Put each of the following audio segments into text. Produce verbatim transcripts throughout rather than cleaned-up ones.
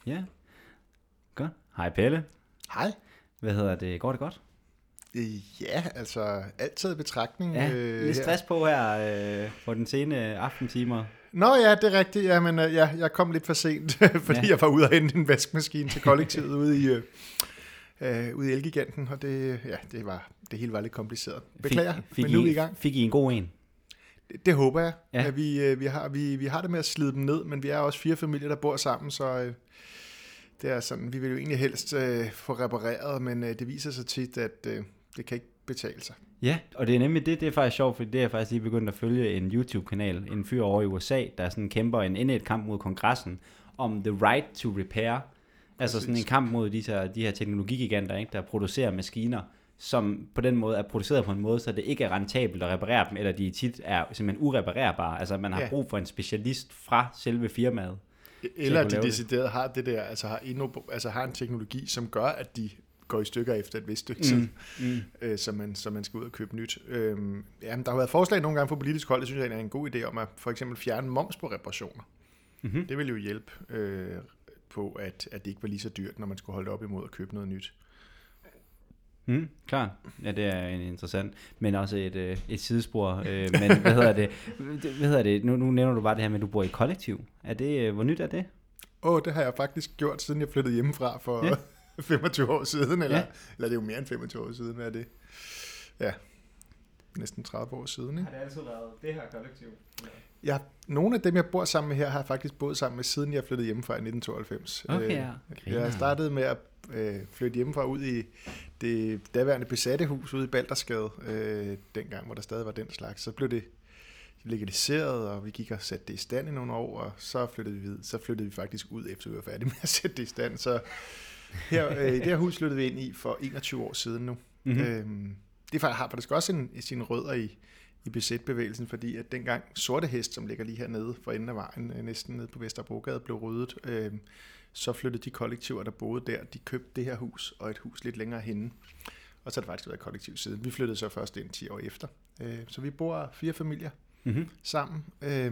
Ja, godt. Hej Pelle. Hej. Hvad hedder det? Går det godt? Øh, Ja, altså altid i betragtning. Ja, øh, lidt her. stress på her øh, på den sene aftentimer. Nå ja, det er rigtigt. Jamen, øh, ja, jeg kom lidt for sent, fordi Ja. jeg var ude og hente en vaskemaskine til kollektivet ude i, øh, øh, ude i Elgiganten, og det, ja, det, var, det hele var lidt kompliceret. Beklager, Fik, fik men nu er vi I, i gang. Fik I en god en? Det, det håber jeg. Ja. Ja. At vi, øh, vi, har, vi, vi har det med at slide dem ned, men vi er også fire familier, der bor sammen, så øh, det er sådan, vi vil jo egentlig helst øh, få repareret, men øh, det viser sig tit, at øh, det kan ikke betale sig. Ja, og det er nemlig det, det er faktisk sjovt, fordi det er jeg faktisk lige begyndt at følge en YouTube-kanal, en fyr over i U S A, der sådan kæmper en endnu et kamp mod kongressen om the right to repair. Altså sådan en kamp mod de her, de her teknologigiganter, ikke, der producerer maskiner, som på den måde er produceret på en måde, så det ikke er rentabelt at reparere dem, eller de tit er simpelthen ureparerbare. Altså man har Ja. brug for en specialist fra selve firmaet. Eller kunne at de lave det. decideret har det der, altså har, endnu, altså har en teknologi, som gør, at de går i stykker efter et vist stykke tid, Mm, mm. øh, så, man, så man skal ud og købe nyt. Øhm, ja, men der har været forslag nogle gange fra politisk hold, det synes jeg er en god idé om at for eksempel fjerne moms på reparationer. Mm-hmm. Det vil jo hjælpe øh, på, at, at det ikke var lige så dyrt, når man skulle holde op imod at købe noget nyt. Mm, klart. Ja, det er en interessant, men også et, øh, et sidespor. Øh, men hvad hedder det? Hvad hedder det? Nu, nu nævner du bare det her med, at du bor i kollektiv. Er det, øh, hvor nyt er det? Åh, oh, det har jeg faktisk gjort, siden jeg flyttede hjemmefra for Ja. ja. femogtyve år siden, eller, Ja. ja. eller det er jo mere end femogtyve år siden, hvad er det? Ja, næsten tredive år siden, ikke? Har det altid været det her kollektiv? Ja, nogle af dem, jeg bor sammen med her, har jeg faktisk boet sammen med, siden jeg flyttede hjemmefra i nitten tooghalvfems. Okay, ja. Øh, Griner. Jeg startede med at øh, flytte hjemmefra ud i det daværende besatte hus ude i Baldersgade, øh, dengang, hvor der stadig var den slags. Så blev det legaliseret, og vi gik og satte det i stand i nogle år, og så flyttede vi, så flyttede vi faktisk ud, efter vi var færdige med at sætte det i stand. Så her, øh, det her hus flyttede vi ind i for enogtyve år siden nu. Mhm. Øhm, det har faktisk også en, sine rødder i, i B Z-bevægelsen, fordi at dengang Sorte Hest, som ligger lige hernede for enden af vejen, øh, næsten nede på Vesterbrogade, blev ryddet, øh, så flyttede de kollektiver, der boede der, de købte det her hus og et hus lidt længere henne. Og så har det faktisk været kollektiv siden. Vi flyttede så først ind ti år efter. Øh, så vi bor fire familier Mm-hmm. sammen øh,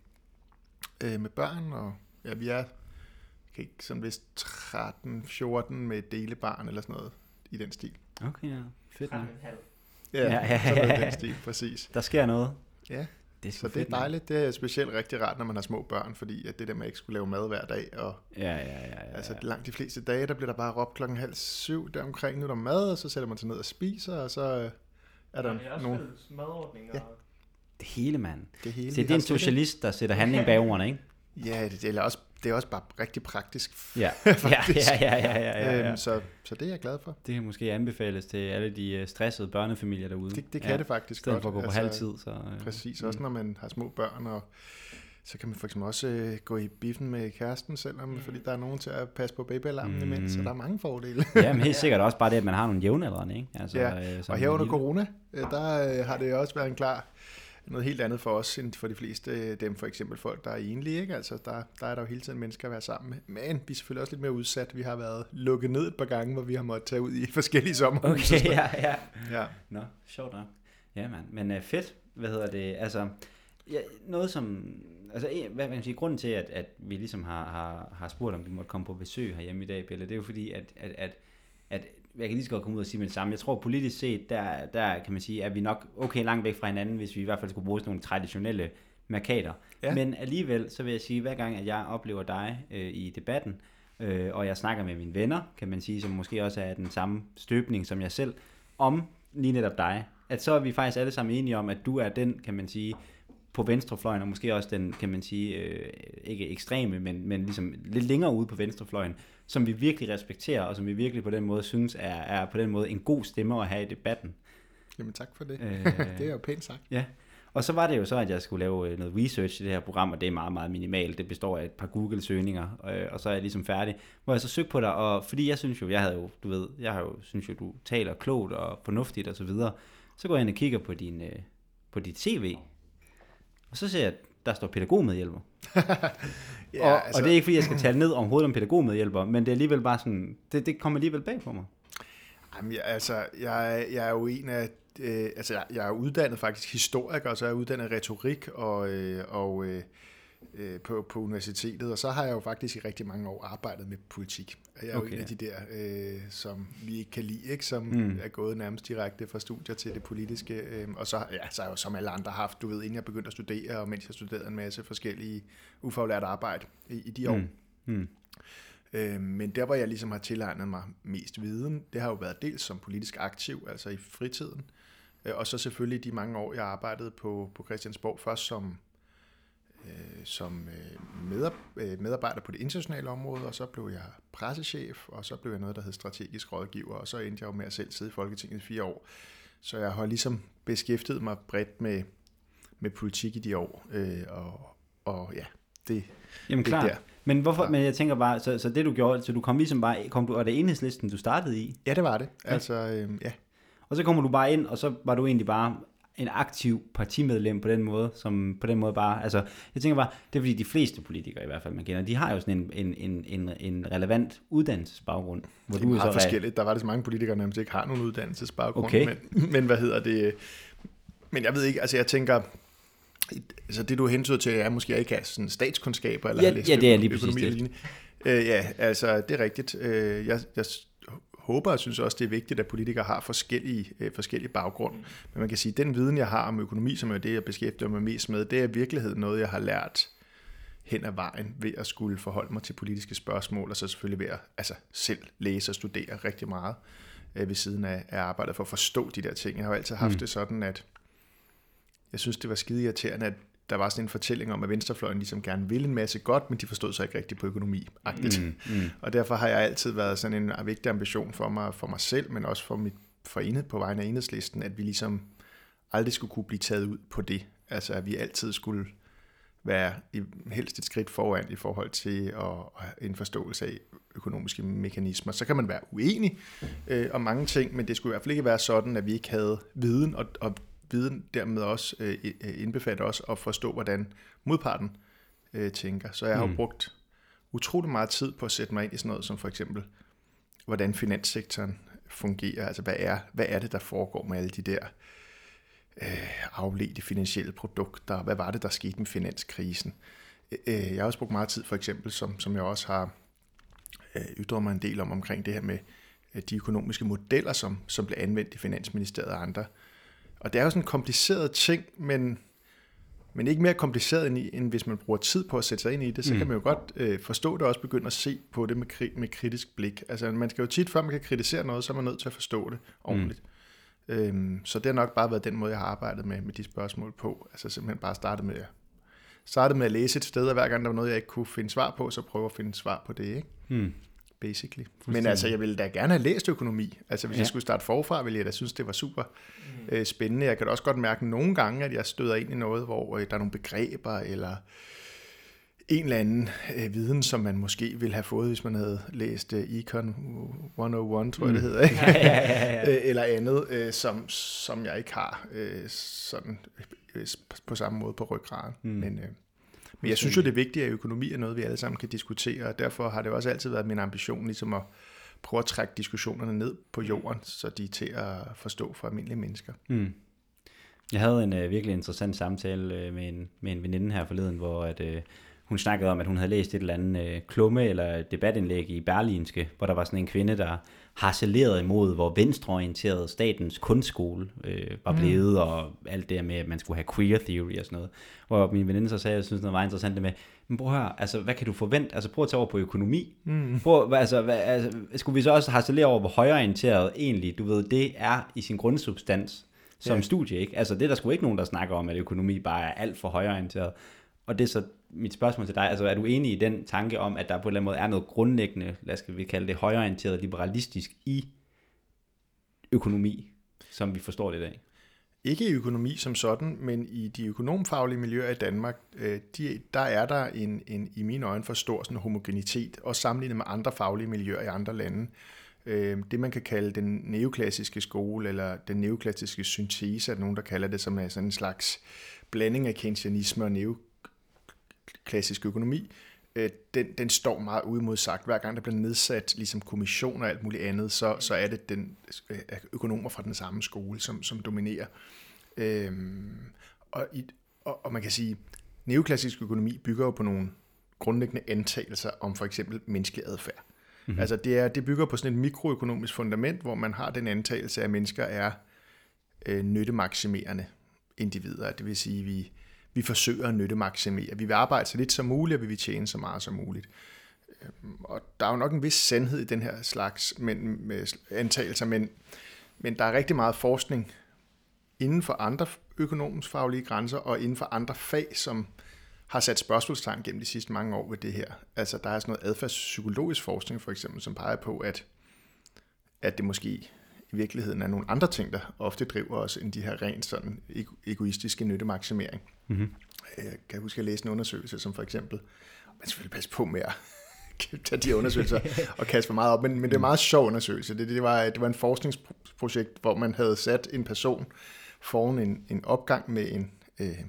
øh, med børn, og ja, vi er kan ikke, sådan vist tretten fjorten med et delebarn eller sådan noget i den stil. Okay, ja. Fedt nok. Ja, Ja, ja, sådan noget i ja. den stil, præcis. Der sker noget. Ja, Det er så sgu det er fedt nok. dejligt. Det er specielt rigtig rart, når man har små børn, fordi at det der med at ikke skulle lave mad hver dag, og Ja, ja, ja, ja, altså ja. langt de fleste dage, der bliver der bare råbt klokken halv syv deromkring, nu er der mad, og så sætter man sig ned og spiser, og så øh, er der Er der også nogen... fælles madordninger? Ja. Det hele, mand. Det hele, Se, vi det er har en slet socialist, der sætter handling bag ordene, ikke? ikke- Ja, det, det, er også, det er også bare rigtig praktisk. Ja, ja, Faktisk. ja, ja, ja, ja, ja, ja. Øhm, så, så det er jeg glad for. Det kan måske anbefales til alle de øh, stressede børnefamilier derude. Det, det kan ja. det faktisk I stedet godt. for at gå på halvtid. Så, øh, Præcis, også når man har små børn, og så kan man for eksempel også øh, gå i biffen med kæresten, selvom, mm. fordi der er nogen til at passe på babyalarmen Mm. mm. imens, så der er mange fordele. Ja, men helt sikkert også bare det, at man har nogle jævnaldrende, ikke? Altså, Ja, øh, som og her under lille- corona, øh, der øh, har det også været en klar noget helt andet for os, end for de fleste øh, dem, for eksempel folk, der er enlige, ikke? Altså, der, der er der jo hele tiden mennesker at være sammen med. Men vi er selvfølgelig også lidt mere udsat. Vi har været lukket ned et par gange, hvor vi har måttet tage ud i forskellige sommerhuse. Okay, ja, ja. ja. Nå, sjovt nok. Ja, mand. Men uh, fedt, hvad hedder det, altså, ja, noget som, altså, en- hvad man kan sige, grunden til, at, at vi ligesom har, har, har spurgt, om vi måtte komme på besøg herhjemme i dag, Belle, det er jo fordi, at, at, at, at jeg kan lige så godt komme ud og sige med det samme. Jeg tror politisk set, der, der kan man sige, at vi nok okay langt væk fra hinanden, hvis vi i hvert fald skulle bruge sådan nogle traditionelle markader. Ja. Men alligevel, så vil jeg sige, hver gang, at jeg oplever dig øh, i debatten, øh, og jeg snakker med mine venner, kan man sige, som måske også er den samme støbning som jeg selv, om lige netop dig, at så er vi faktisk alle sammen enige om, at du er den, kan man sige, på venstrefløjen, og måske også den, kan man sige, øh, ikke ekstreme, men, men ligesom lidt længere ude på venstrefløjen, som vi virkelig respekterer, og som vi virkelig på den måde synes er, er på den måde en god stemme at have i debatten. Jamen tak for det. Øh, det er jo pænt sagt. Ja, og så var det jo så, at jeg skulle lave øh, noget research i det her program, og det er meget, meget minimalt. Det består af et par Google-søgninger, øh, og så er jeg ligesom færdig. Hvor jeg så søgte på dig, og fordi jeg synes jo, jeg havde jo, du ved, jeg har jo, synes jo, du taler klogt og fornuftigt og så videre. Så går jeg ind og kigger på, din, øh, på dit C V, og så ser jeg, at der står pædagogmedhjælper. Ja, og, altså, og det er ikke, fordi jeg skal tale ned overhovedet om pædagogmedhjælper, men det er alligevel bare sådan, det, det kommer alligevel bag på mig. Jamen, jeg, altså, jeg, jeg er jo en af, øh, altså jeg, jeg er uddannet faktisk historiker, og så er jeg uddannet retorik, og, øh, og øh, øh, på, på universitetet, og så har jeg jo faktisk i rigtig mange år arbejdet med politik. Jeg er okay. jo en af de der, øh, som vi ikke kan lide, ikke? Som mm. er gået nærmest direkte fra studier til det politiske, øh, og så, ja, så har jeg jo som alle andre haft, du ved, inden jeg begyndte at studere, og mens jeg studerede en masse forskellige ufaglært arbejde i, i de år. Mm. Mm. Øh, men der, hvor jeg ligesom har tilegnet mig mest viden, det har jo været dels som politisk aktiv, altså i fritiden, øh, og så selvfølgelig de mange år, jeg arbejdede på, på Christiansborg, først som øh, som øh, medarbejder på det internationale område, og så blev jeg pressechef, og så blev jeg noget, der hed strategisk rådgiver, og så endte jeg jo med at selv sidde i Folketinget i fire år. Så jeg har ligesom beskæftiget mig bredt med, med politik i de år, øh, og, og ja, det, Jamen, det er der. Men hvorfor? Ja. Men jeg tænker bare, så, så det du gjorde, så du kom ligesom bare, kom du, og det Enhedslisten, du startede i? Ja, det var det. Ja. Altså, øh, ja. Og så kommer du bare ind, og så var du egentlig bare en aktiv partimedlem på den måde, som på den måde bare, altså, jeg tænker bare, det er fordi de fleste politikere i hvert fald, man kender, de har jo sådan en, en, en, en, en relevant uddannelsesbaggrund. Hvor det er meget så forskelligt. Der var det så mange politikere, der nærmest ikke har nogen uddannelsesbaggrund, okay. men, men hvad hedder det, men jeg ved ikke, altså jeg tænker, altså det du hentyder til, er måske ikke have sådan statskundskaber, eller ja, har læst ja, det er lige økonomi præcis det. Øh, ja, altså det er rigtigt. Øh, jeg, jeg håber og synes også, det er vigtigt, at politikere har forskellige, øh, forskellige baggrund. Mm. Men man kan sige, at den viden, jeg har om økonomi, som er det, jeg beskæftiger mig mest med, det er i virkeligheden noget, jeg har lært hen ad vejen ved at skulle forholde mig til politiske spørgsmål, og så selvfølgelig ved at altså, selv læse og studere rigtig meget øh, ved siden af, af arbejdet for at forstå de der ting. Jeg har jo altid haft mm. det sådan, at jeg synes, det var skide irriterende, at der var sådan en fortælling om, at venstrefløjen ligesom gerne ville en masse godt, men de forstod sig ikke rigtigt på økonomi-agtigt. Mm, mm. Og derfor har jeg altid været sådan en vigtig ambition for mig, for mig selv, men også for mit for enhed, på vegne af Enhedslisten, at vi ligesom aldrig skulle kunne blive taget ud på det. Altså at vi altid skulle være i, helst et skridt foran i forhold til at, at en forståelse af økonomiske mekanismer. Så kan man være uenig øh, om mange ting, men det skulle i hvert fald ikke være sådan, at vi ikke havde viden, og, og viden dermed også øh, indbefatter også at forstå, hvordan modparten øh, tænker. Så jeg har mm. jo brugt utrolig meget tid på at sætte mig ind i sådan noget som for eksempel, hvordan finanssektoren fungerer. Altså hvad er, hvad er det, der foregår med alle de der øh, afledte finansielle produkter? Hvad var det, der skete med finanskrisen? Øh, jeg har også brugt meget tid for eksempel, som, som jeg også har øh, ytret mig en del om, omkring det her med øh, de økonomiske modeller, som, som blev anvendt i Finansministeriet og andre. Og det er jo sådan en kompliceret ting, men, men ikke mere kompliceret, end, i, end hvis man bruger tid på at sætte sig ind i det, så mm. kan man jo godt øh, forstå det og også begynde at se på det med, kri- med kritisk blik. Altså man skal jo tit, før man kan kritisere noget, så er man nødt til at forstå det ordentligt. Mm. Øhm, så det har nok bare været den måde, jeg har arbejdet med, med de spørgsmål på. Altså simpelthen bare starte med, starte med at læse et sted, og hver gang der var noget, jeg ikke kunne finde svar på, så prøve at finde svar på det, ikke? Mm. Basically. Men altså, jeg ville da gerne have læst økonomi. Altså, hvis ja. jeg skulle starte forfra, ville jeg da synes, det var super mm. øh, spændende. Jeg kan da også godt mærke nogle gange, at jeg støder ind i noget, hvor øh, der er nogle begreber, eller en eller anden øh, viden, som man måske ville have fået, hvis man havde læst øh, Econ et nul et, tror jeg, mm. det hedder, ikke? Ja, ja, ja, ja. eller andet, øh, som, som jeg ikke har øh, sådan øh, på samme måde på ryggraden. Mm. Men... Øh, Men jeg synes jo, det er vigtigt, at økonomi er noget, vi alle sammen kan diskutere, og derfor har det også altid været min ambition ligesom at prøve at trække diskussionerne ned på jorden, så de er til at forstå for almindelige mennesker. Mm. Jeg havde en uh, virkelig interessant samtale uh, med, en, med en veninde her forleden, hvor at, uh, hun snakkede om, at hun havde læst et eller andet uh, klumme eller debatindlæg i Berlingske, hvor der var sådan en kvinde, der harcelerede imod, hvor venstreorienteret statens kunstskole øh, var blevet, mm. og alt det med, at man skulle have queer theory og sådan noget. Hvor min veninde så sagde, at jeg synes, det var interessant det med, men prøv at høre, altså, hvad kan du forvente? Altså, prøv at tage over på økonomi. Mm. Prøv, altså, hvad, altså, skulle vi så også harcelere over, hvor højreorienteret egentlig, du ved, det er i sin grundsubstans som ja. studie, ikke? Altså, det er der sgu ikke nogen, der snakker om, at økonomi bare er alt for højreorienteret. Og det er så mit spørgsmål til dig, altså er du enig i den tanke om, at der på en eller anden måde er noget grundlæggende, lad os vi kalde det højreorienteret, liberalistisk i økonomi, som vi forstår det i dag? Ikke i økonomi som sådan, men i de økonomfaglige miljøer i Danmark, de, der er der en, en, i mine øjne for stor sådan homogenitet, også sammenlignet med andre faglige miljøer i andre lande. Det man kan kalde den neoklassiske skole, eller den neoklassiske syntese, er nogen, der kalder det, som er sådan en slags blanding af keynesianisme og neo klassisk økonomi, øh, den, den står meget uimodsagt. Hver gang der bliver nedsat ligesom kommission og alt muligt andet, så, så er det den øh, økonomer fra den samme skole, som, som dominerer. Øhm, og, i, og, og man kan sige, neoklassisk økonomi bygger jo på nogle grundlæggende antagelser om for eksempel menneskelig adfærd. Mm-hmm. Altså det, er, det bygger på sådan et mikroøkonomisk fundament, hvor man har den antagelse, at mennesker er øh, nyttemaksimerende individer. Det vil sige, at vi, vi forsøger at nyttemaksimere. Vi vil arbejde så lidt som muligt, og vi vil tjene så meget som muligt. Og der er jo nok en vis sandhed i den her slags men, med antagelser, men, men der er rigtig meget forskning inden for andre økonomisk faglige grænser og inden for andre fag, som har sat spørgsmålstegn gennem de sidste mange år ved det her. Altså der er sådan noget adfærdspsykologisk forskning for eksempel, som peger på, at, at det måske i virkeligheden er nogle andre ting, der ofte driver os, end de her rent sådan egoistiske nyttemaksimering. Mm-hmm. Jeg kan huske, at jeg læste en undersøgelse, som for eksempel, man skal selvfølgelig passe på med at tage de undersøgelser og kaste for meget op, men, men det er en meget sjov undersøgelse. Det, det, var, det var en forskningsprojekt, hvor man havde sat en person foran en, en opgang med en øh,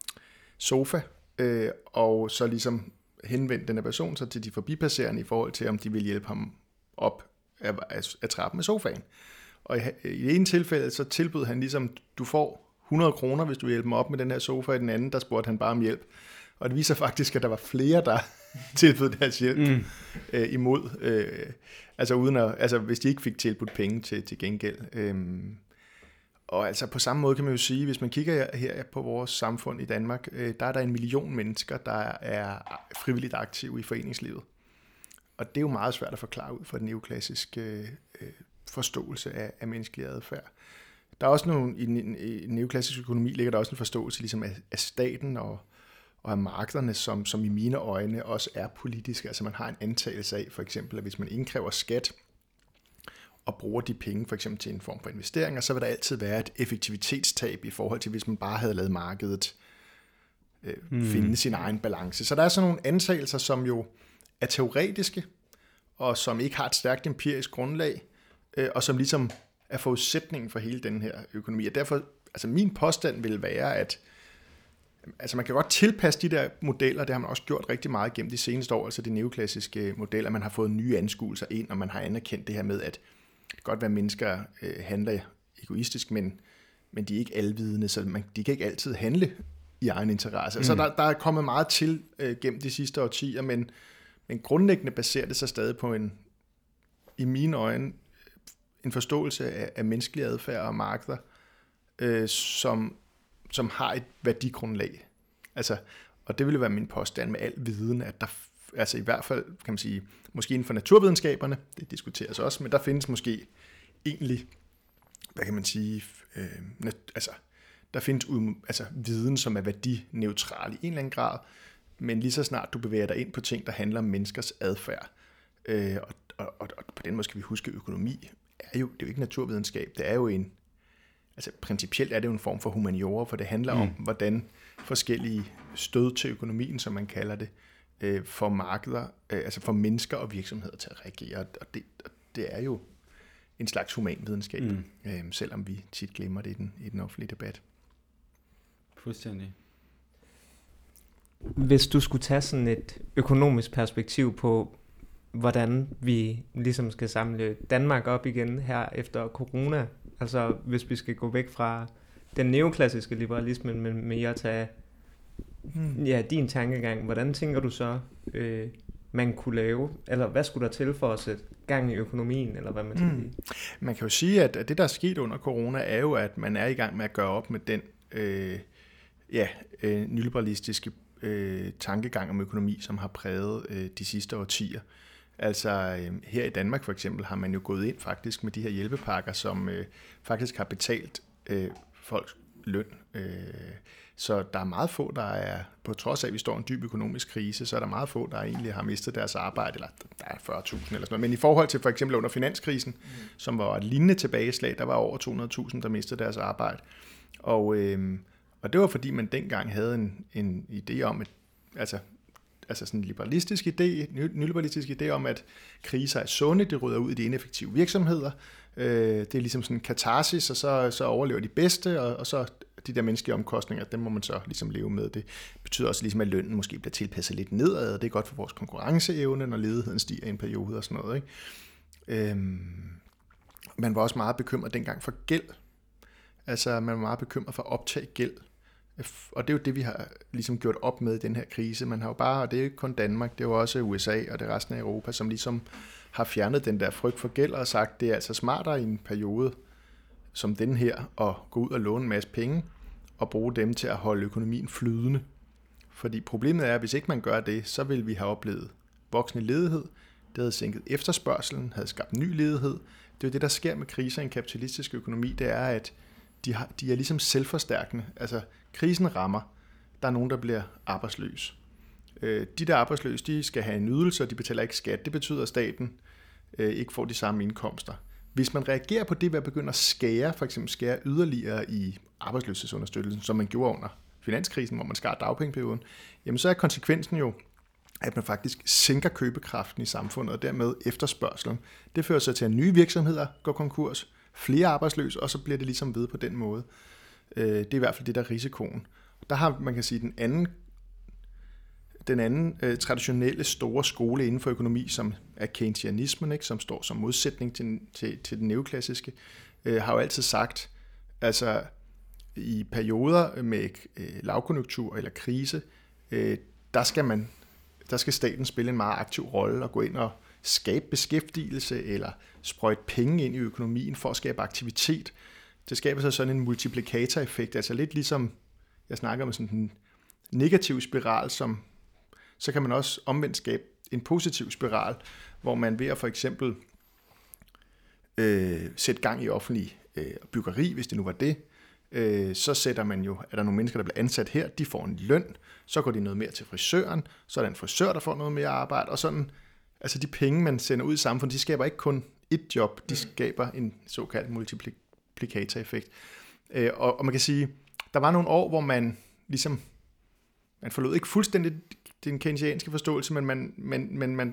sofa, øh, og så ligesom henvendte den her person så til de forbipasserende i forhold til, om de ville hjælpe ham op af, af, af trappen med sofaen. Og i, i det ene tilfælde, så tilbød han ligesom, du får hundrede kroner, hvis du hjælper mig op med den her sofa. I den anden, der spurgte han bare om hjælp. Og det viser faktisk, at der var flere, der tilbød deres hjælp mm. øh, imod. Øh, altså, uden at, altså hvis de ikke fik tilbudt penge til, til gengæld. Øhm, og altså på samme måde kan man jo sige, hvis man kigger her på vores samfund i Danmark, øh, der er der en million mennesker, der er frivilligt aktive i foreningslivet. Og det er jo meget svært at forklare ud fra den neoklassiske øh, forståelse af, af menneskelig adfærd. Der er også nogle, i, i neoklassisk økonomi ligger der også en forståelse ligesom af, af staten og, og af markederne, som, som i mine øjne også er politiske. Altså man har en antagelse af, for eksempel, at hvis man indkræver skat og bruger de penge for eksempel til en form for investeringer, så vil der altid være et effektivitetstab i forhold til, hvis man bare havde lavet markedet øh, mm. finde sin egen balance. Så der er sådan nogle antagelser, som jo er teoretiske, og som ikke har et stærkt empirisk grundlag, øh, og som ligesom er forudsætningen for hele den her økonomi. Og derfor, altså min påstand vil være, at altså man kan godt tilpasse de der modeller, det har man også gjort rigtig meget gennem de seneste år, altså de neoklassiske modeller, man har fået nye anskuelser ind, og man har anerkendt det her med, at det kan godt være, at mennesker øh, handler egoistisk, men, men de er ikke alvidende, så man, de kan ikke altid handle i egen interesse. Mm. Så der, der er kommet meget til øh, gennem de sidste årtier, men, men grundlæggende baserer det sig stadig på en, i mine øjne, en forståelse af, af menneskelig adfærd og markeder, øh, som, som har et værdigrundlag. Altså, og det ville være min påstand med al viden, at der, altså i hvert fald, kan man sige, måske inden for naturvidenskaberne, det diskuteres også, men der findes måske egentlig, hvad kan man sige, øh, altså, der findes ud, altså, viden, som er værdineutral i en eller anden grad, men lige så snart du bevæger dig ind på ting, der handler om menneskers adfærd, øh, og, og, og, og på den måde skal vi huske, økonomi er jo, det er jo ikke naturvidenskab, det er jo en, altså principielt er det jo en form for humaniora, for det handler mm. om, hvordan forskellige stød til økonomien, som man kalder det, øh, for markeder, øh, altså for mennesker og virksomheder til at reagere, og det, og det er jo en slags humanvidenskab, mm. øh, selvom vi tit glemmer det i den, i den offentlige debat. Fuldstændig. Hvis du skulle tage sådan et økonomisk perspektiv på, hvordan vi ligesom skal samle Danmark op igen her efter corona, altså hvis vi skal gå væk fra den neoklassiske liberalisme, men mere tage hmm. ja, din tankegang, hvordan tænker du så, øh, man kunne lave, eller hvad skulle der til for at sætte gang i økonomien, eller hvad man skal hmm. Man kan jo sige, at det, der er sket under corona, er jo, at man er i gang med at gøre op med den øh, ja, øh, nyliberalistiske øh, tankegang om økonomi, som har præget øh, de sidste årtier. Altså øh, her i Danmark for eksempel har man jo gået ind faktisk med de her hjælpepakker, som øh, faktisk har betalt øh, folks løn. Øh, så der er meget få, der er, på trods af at vi står i en dyb økonomisk krise, så er der meget få, der egentlig har mistet deres arbejde, eller der er fyrre tusind eller sådan noget. Men i forhold til for eksempel under finanskrisen, mm. som var et lignende tilbageslag, der var over to hundrede tusind, der mistede deres arbejde. Og, øh, og det var fordi man dengang havde en, en idé om, at altså altså sådan en liberalistisk idé, nyliberalistisk idé om, at kriser er sunde, det rydder ud i de ineffektive virksomheder. Det er ligesom sådan en katarsis, og så, så overlever de bedste, og, og så de der menneskelige omkostninger, dem må man så ligesom leve med. Det betyder også ligesom, at lønnen måske bliver tilpasset lidt nedad, og det er godt for vores konkurrenceevne, når ledigheden stiger i en periode og sådan noget. Ikke? Øhm, man var også meget bekymret dengang for gæld. Altså man var meget bekymret for at optage gæld. Og det er jo det, vi har ligesom gjort op med i den her krise. Man har jo bare, og det er jo ikke kun Danmark, det er jo også U S A og det resten af Europa, som ligesom har fjernet den der frygt for gæld og sagt, det er altså smartere i en periode som den her, at gå ud og låne en masse penge og bruge dem til at holde økonomien flydende. Fordi problemet er, at hvis ikke man gør det, så vil vi have oplevet voksende ledighed. Det havde sænket efterspørgselen, havde skabt ny ledighed. Det er jo det, der sker med kriser i en kapitalistisk økonomi, det er, at de, har, de er ligesom selvforstærkende. Altså, krisen rammer, der er nogen, der bliver arbejdsløs. Øh, de der arbejdsløse, de skal have en ydelse, og de betaler ikke skat. Det betyder, at staten øh, ikke får de samme indkomster. Hvis man reagerer på det ved at begynde at skære, for eksempel skære yderligere i arbejdsløshedsunderstøttelsen, som man gjorde under finanskrisen, hvor man skar dagpengeperioden, jamen så er konsekvensen jo, at man faktisk sænker købekraften i samfundet, og dermed efterspørgselen. Det fører så til, at nye virksomheder går konkurs, flere arbejdsløse, og så bliver det ligesom ved på den måde. Det er i hvert fald det, der er risikoen. Der har, man kan sige, den anden, den anden øh, traditionelle store skole inden for økonomi, som er keynesianismen, ikke, som står som modsætning til, til, til den neoklassiske, øh, har jo altid sagt, altså i perioder med øh, lavkonjunktur eller krise, øh, der skal man der skal staten spille en meget aktiv rolle og gå ind og skabe beskæftigelse eller sprøjte penge ind i økonomien for at skabe aktivitet. Det skaber så sådan en multiplikatoreffekt, altså lidt ligesom, jeg snakker om sådan en negativ spiral, som så kan man også omvendt skabe en positiv spiral, hvor man ved at for eksempel øh, sætte gang i offentlig øh, byggeri, hvis det nu var det, øh, så sætter man jo, er der nogle mennesker, der bliver ansat her, de får en løn, så går de noget mere til frisøren, så er der en frisør, der får noget mere arbejde, og sådan, altså de penge, man sender ud i samfundet, de skaber ikke kun et job, de skaber en såkaldt multiplikatoreffekt. Øh, og, og man kan sige, der var nogle år, hvor man ligesom, man forlod ikke fuldstændig den keynesianske forståelse, men man, men, men man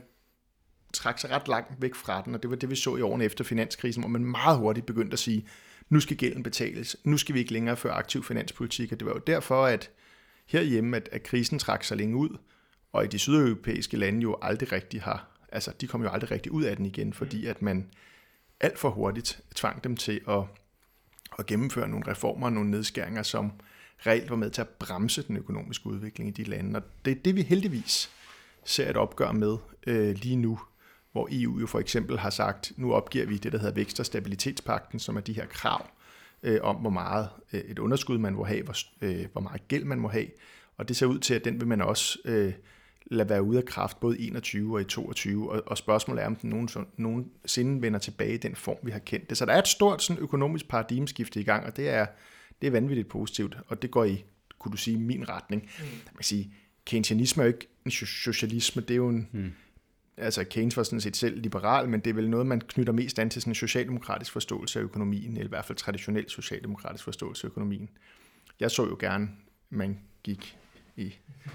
trak sig ret langt væk fra den, og det var det, vi så i årene efter finanskrisen, hvor man meget hurtigt begyndte at sige, nu skal gælden betales, nu skal vi ikke længere føre aktiv finanspolitik, og det var jo derfor, at herhjemme, at, at krisen trak sig længe ud, og i de sydeuropæiske lande jo aldrig rigtig har, altså de kom jo aldrig rigtig ud af den igen, fordi at man alt for hurtigt tvang dem til at, at gennemføre nogle reformer og nogle nedskæringer, som reelt var med til at bremse den økonomiske udvikling i de lande. Og det er det, vi heldigvis ser et opgør med øh, lige nu, hvor E U jo for eksempel har sagt, nu opgiver vi det, der hedder vækst- og stabilitetspagten, som er de her krav øh, om, hvor meget øh, et underskud man må have, hvor, øh, hvor meget gæld man må have. Og det ser ud til, at den vil man også øh, lade være ude af kraft, både i enogtyve og i toogtyve. Og, og spørgsmålet er, om den nogen, nogensinde vender tilbage i den form, vi har kendt det. Så der er et stort sådan, økonomisk paradigmeskifte i gang, og det er, det er vanvittigt positivt, og det går i, kunne du sige, min retning. Mm. Man kan sige, keynesianisme er jo ikke en socialisme, det er jo en... Mm. Altså Keynes var sådan set selv liberal, men det er vel noget, man knytter mest an til sådan en socialdemokratisk forståelse af økonomien, eller i hvert fald traditionel socialdemokratisk forståelse af økonomien. Jeg så jo gerne, at man gik i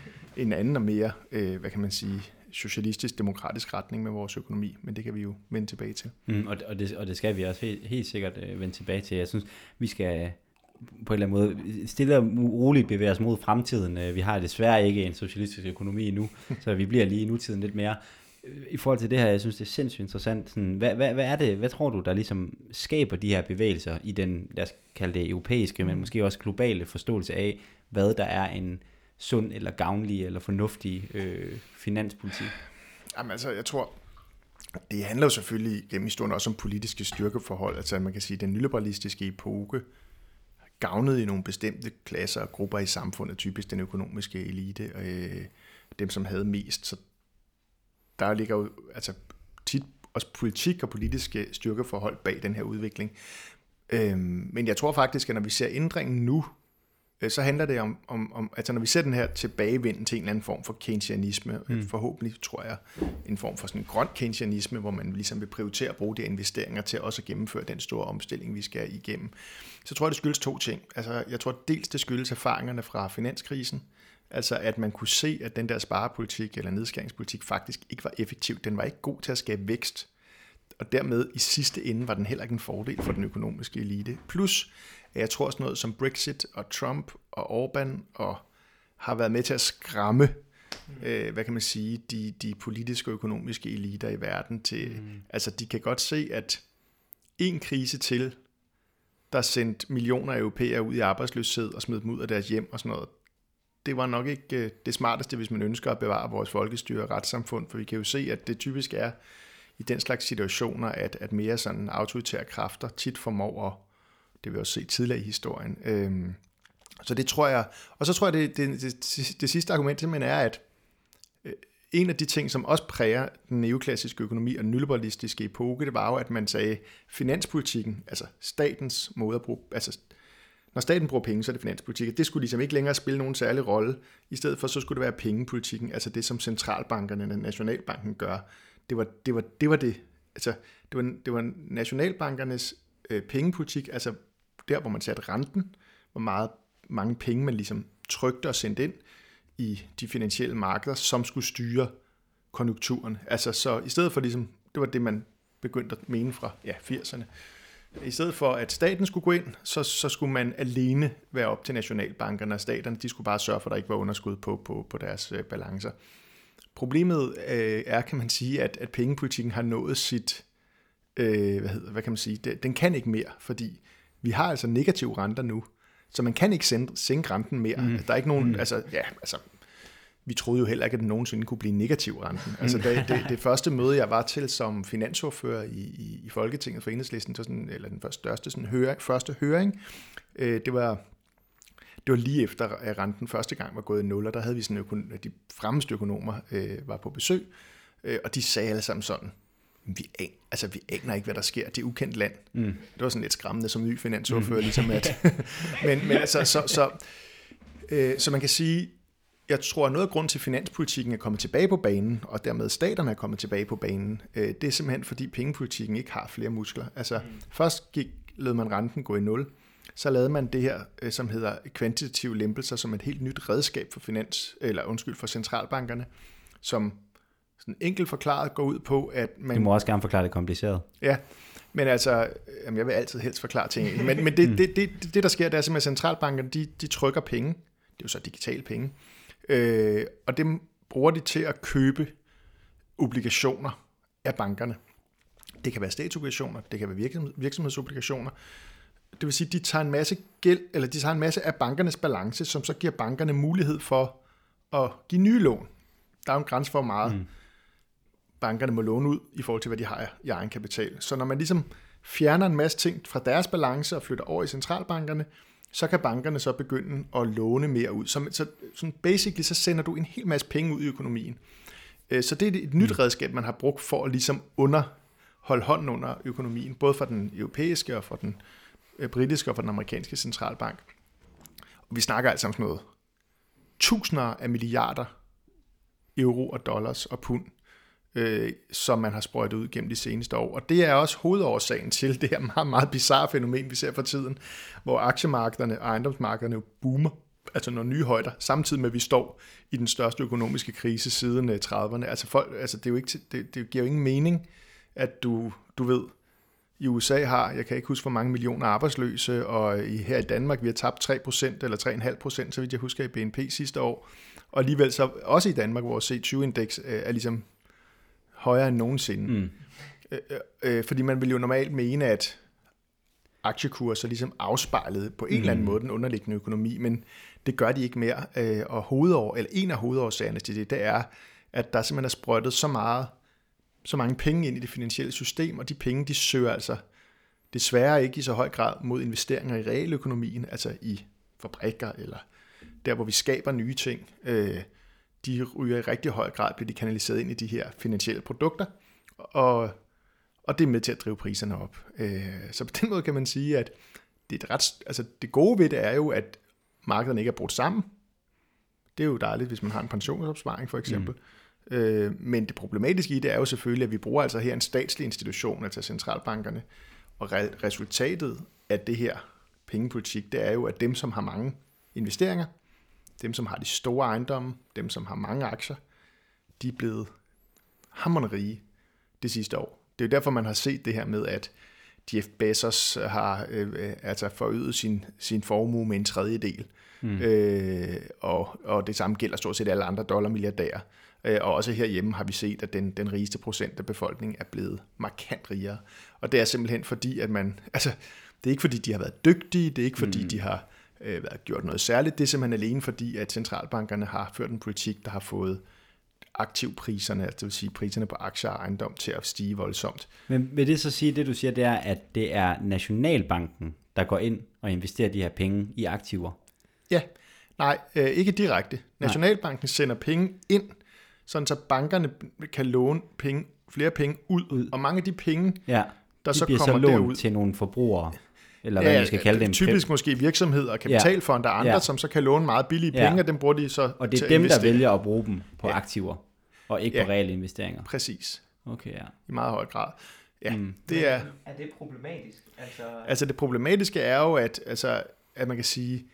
en anden og mere, øh, hvad kan man sige, socialistisk, demokratisk retning med vores økonomi, men det kan vi jo vende tilbage til. Mm, og, og, det, og det skal vi også helt, helt sikkert øh, vende tilbage til. Jeg synes, vi skal på en eller anden måde stille og roligt bevæge os mod fremtiden. Vi har desværre ikke en socialistisk økonomi endnu, så vi bliver lige i nutiden lidt mere. I forhold til det her, jeg synes, det er sindssygt interessant. Sådan, hvad, hvad, hvad er det, hvad tror du, der ligesom skaber de her bevægelser i den, lad os kalde det europæiske, men måske også globale forståelse af, hvad der er en sund eller gavnlig eller fornuftig øh, finanspolitik? Jamen altså, jeg tror, det handler jo selvfølgelig gennem historien også om politiske styrkeforhold. Altså man kan sige, at den nyliberalistiske epoke gavnede i nogle bestemte klasser og grupper i samfundet, typisk den økonomiske elite, øh, dem som havde mest. Så der ligger jo altså tit også politik og politiske styrkeforhold bag den her udvikling. Øhm, men jeg tror faktisk, at når vi ser ændringen nu, øh, så handler det om, om, om, altså når vi ser den her tilbagevinden til en eller anden form for keynesianisme, mm. forhåbentlig tror jeg, en form for sådan en grøn keynesianisme, hvor man ligesom vil prioritere at bruge de investeringer til også at gennemføre den store omstilling, vi skal igennem. Så tror jeg, det skyldes to ting. Altså jeg tror dels, det skyldes erfaringerne fra finanskrisen, altså at man kunne se, at den der sparepolitik eller nedskæringspolitik faktisk ikke var effektiv. Den var ikke god til at skabe vækst, og dermed i sidste ende var den heller ikke en fordel for den økonomiske elite. Plus, at jeg tror også noget som Brexit og Trump og Orbán og har været med til at skræmme, mm. øh, hvad kan man sige, de, de politiske og økonomiske eliter i verden til. Mm. Altså de kan godt se, at en krise til der sendte millioner af europæere ud i arbejdsløshed og smed dem ud af deres hjem og sådan noget. Det var nok ikke det smarteste, hvis man ønsker at bevare vores folkestyre og retssamfund, for vi kan jo se, at det typisk er i den slags situationer, at, at mere sådan autoritære kræfter tit formår, og det vil jeg også se tidligere i historien. Øhm, så det tror jeg, og så tror jeg, det, det, det, det sidste argument simpelthen er, at øh, en af de ting, som også præger den neoklassiske økonomi og den nyliberalistiske epoke, det var jo, at man sagde, finanspolitikken, altså statens måde at bruge, altså når staten bruger penge, så er det finanspolitik. Det skulle ligesom ikke længere spille nogen særlig rolle. I stedet for, så skulle det være pengepolitikken, altså det, som centralbankerne, Nationalbanken gør. Det var det, var, det, var det. Altså, det var, det var nationalbankernes øh, pengepolitik, altså der, hvor man satte renten, hvor meget, mange penge man ligesom trykte og sendte ind i de finansielle markeder, som skulle styre konjunkturen. Altså, så i stedet for ligesom, det var det, man begyndte at mene fra ja, firserne. I stedet for, at staten skulle gå ind, så, så skulle man alene være op til nationalbankerne, og staterne, de skulle bare sørge for, at der ikke var underskud på, på, på deres øh, balancer. Problemet øh, er, kan man sige, at, at pengepolitikken har nået sit, øh, hvad, hedder, hvad kan man sige, det, den kan ikke mere, fordi vi har altså negative renter nu, så man kan ikke sænke, sænke renten mere. Mm. Der er ikke nogen, mm. altså, ja, altså, vi troede jo heller ikke, at den nogensinde kunne blive negativ renten. Altså det, det, det første møde, jeg var til som finansordfører i, i, i Folketinget for Enhedslisten, sådan, eller den første, største sådan, høring, første høring, øh, det var det var lige efter, at renten første gang var gået i nul, og der havde vi sådan økonom, de fremmeste økonomer øh, var på besøg, øh, og de sagde alle sammen sådan, vi, an, altså, vi aner ikke, hvad der sker, det er ukendt land. Mm. Det var sådan lidt skræmmende som ny finansordfører, mm. ligesom at, men, men altså, så, så, øh, så man kan sige, jeg tror, at noget af grunden til, at finanspolitikken er kommet tilbage på banen, og dermed staterne er kommet tilbage på banen, øh, det er simpelthen, fordi pengepolitikken ikke har flere muskler. Altså, mm. først gik, lød man renten gå i nul, så lavede man det her, øh, som hedder kvantitative lempelser, som et helt nyt redskab for finans, eller undskyld, for centralbankerne, som sådan enkelt forklaret går ud på, at man... Du må også gerne forklare det kompliceret. Ja, men altså, jamen, jeg vil altid helst forklare ting. Men, men det, mm. det, det, det, det, der sker, det er simpelthen, at centralbankerne, de, de trykker penge. Det er jo så digitale penge. Øh, og dem bruger de til at købe obligationer af bankerne. Det kan være statsobligationer, det kan være virksomhedsobligationer. Det vil sige, at de tager en masse gæld, eller de tager en masse af bankernes balance, som så giver bankerne mulighed for at give nye lån. Der er jo en grænse for, hvor meget mm. bankerne må låne ud i forhold til, hvad de har i egen kapital. Så når man ligesom fjerner en masse ting fra deres balance og flytter over i centralbankerne, så kan bankerne så begynde at låne mere ud. Så, så sådan basically, så sender du en hel masse penge ud i økonomien. Så det er et nyt redskab, man har brugt for at ligesom underholde hånden under økonomien, både for den europæiske og for den britiske og for den amerikanske centralbank. Og vi snakker altså om sådan noget tusinder af milliarder euro og dollars og pund, øh, som man har sprøjtet ud gennem de seneste år. Og det er også hovedårsagen til det her meget, meget bizarre fænomen, vi ser for tiden, hvor aktiemarkederne og ejendomsmarkederne jo boomer, altså når nye højder, samtidig med, at vi står i den største økonomiske krise siden trediverne. Altså, folk, altså det, er jo ikke, det, det giver jo ingen mening, at du, du ved, i U S A har, jeg kan ikke huske, hvor mange millioner arbejdsløse, og i, her i Danmark, vi har tabt tre procent eller tre komma fem procent, så vidt jeg husker, i B N P sidste år. Og alligevel så, også i Danmark, hvor C tyve-indeks er ligesom højere end nogensinde. Mm. Øh, øh, fordi man vil jo normalt mene, at aktiekurser ligesom afspejlede på en mm. eller anden måde den underliggende økonomi, men det gør de ikke mere. Øh, og hovedår, eller en af hovedårsagerne til det, det er, at der simpelthen er sprøjtet så meget, så mange penge ind i det finansielle system, og de penge, de søger altså desværre ikke i så høj grad mod investeringer i realøkonomien, altså i fabrikker, eller der, hvor vi skaber nye ting. Øh, de ryger i rigtig høj grad, bliver de kanaliseret ind i de her finansielle produkter, og, og det er med til at drive priserne op. Øh, så på den måde kan man sige, at det, er ret, altså det gode ved det er jo, at markederne ikke er brudt sammen. Det er jo dejligt, hvis man har en pensionsopsparing for eksempel. Mm. Øh, men det problematiske i det er jo selvfølgelig, at vi bruger altså her en statslig institution, altså centralbankerne, og re- resultatet af det her pengepolitik, det er jo, at dem, som har mange investeringer, dem, som har de store ejendomme, dem, som har mange aktier, de er blevet hamrende rige det sidste år. Det er jo derfor, man har set det her med, at Jeff Bezos har øh, altså forøget sin, sin formue med en tredjedel. Mm. Øh, og, og det samme gælder stort set alle andre dollarmilliardærer. Og også herhjemme har vi set, at den, den rigeste procent af befolkningen er blevet markant rigere. Og det er simpelthen fordi, at man, altså, det er ikke fordi, de har været dygtige, det er ikke fordi, mm. de har øh, været gjort noget særligt, det er simpelthen alene fordi, at centralbankerne har ført en politik, der har fået aktivpriserne, altså det vil sige priserne på aktier og ejendom, til at stige voldsomt. Men vil det så sige, det du siger, det er, at det er Nationalbanken, der går ind og investerer de her penge i aktiver? Ja, nej, øh, ikke direkte. Nationalbanken sender penge ind, sådan så bankerne kan låne penge, flere penge ud, ud. Og mange af de penge, ja, der de så bliver kommer så lånt derud til nogle forbrugere, eller hvad ja, man skal kalde dem. Typisk måske virksomheder, kapitalfonde og andre, ja. som så kan låne meget billige penge, ja. og dem bruger de så og det er til dem, at der vælger at bruge dem på ja. aktiver, og ikke ja. på reelle investeringer. Præcis. Okay, ja. I meget høj grad. Ja, mm. det er... Er det problematisk? Altså, altså det problematiske er jo, at, altså, at man kan sige,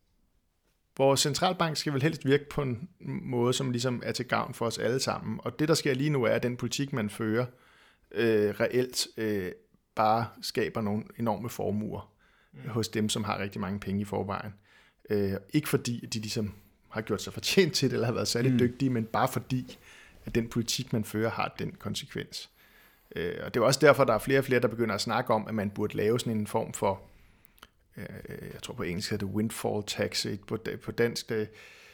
vores centralbank skal vel helst virke på en måde, som ligesom er til gavn for os alle sammen. Og det, der sker lige nu, er, at den politik, man fører, øh, reelt øh, bare skaber nogle enorme formuer mm. hos dem, som har rigtig mange penge i forvejen. Øh, ikke fordi, at de ligesom har gjort sig fortjent til det, eller har været særlig mm. dygtige, men bare fordi, at den politik, man fører, har den konsekvens. Øh, og det er også derfor, der er flere og flere, der begynder at snakke om, at man burde lave sådan en form for, øh, jeg tror på engelsk hedder det windfall tax, på, på dansk det,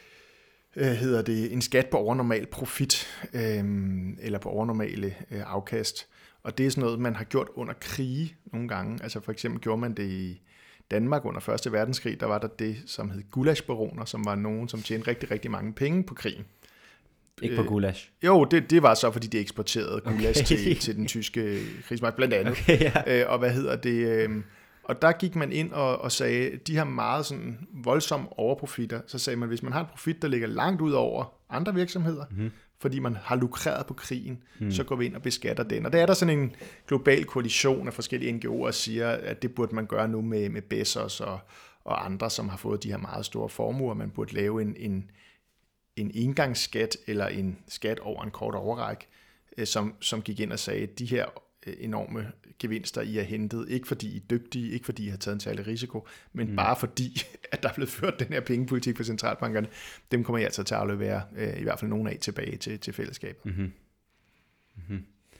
øh, hedder det en skat på overnormal profit, øh, eller på overnormale øh, afkast. Og det er sådan noget, man har gjort under krige nogle gange. Altså for eksempel gjorde man det i Danmark under første verdenskrig, der var der det, som hed gulasjbaroner, som var nogen, som tjente rigtig, rigtig mange penge på krigen. Ikke på gulasch? Øh, jo, det, det var så, fordi de eksporterede gulasch okay. til, til den tyske krigsmagt, blandt andet. Okay, ja. øh, og hvad hedder det? Øh, og der gik man ind og, og sagde, de har meget sådan voldsomme overprofitter. Så sagde man, hvis man har en profit, der ligger langt ud over andre virksomheder, mm-hmm. fordi man har lukreret på krigen, mm. så går vi ind og beskatter den. Og der er der sådan en global koalition af forskellige N G O'er, der siger, at det burde man gøre nu med, med Bezos og, og andre, som har fået de her meget store formuer. Man burde lave en, en en engangsskat eller en skat over en kort overrække, som, som gik ind og sagde, at de her enorme gevinster, I har hentet, ikke fordi I er dygtige, ikke fordi I har taget en særlig risiko, men mm. bare fordi, at der er blevet ført den her pengepolitik for centralbankerne, dem kommer I altså til at aflevere i hvert fald nogle af tilbage til, til fællesskabet. Mm-hmm. Mm-hmm.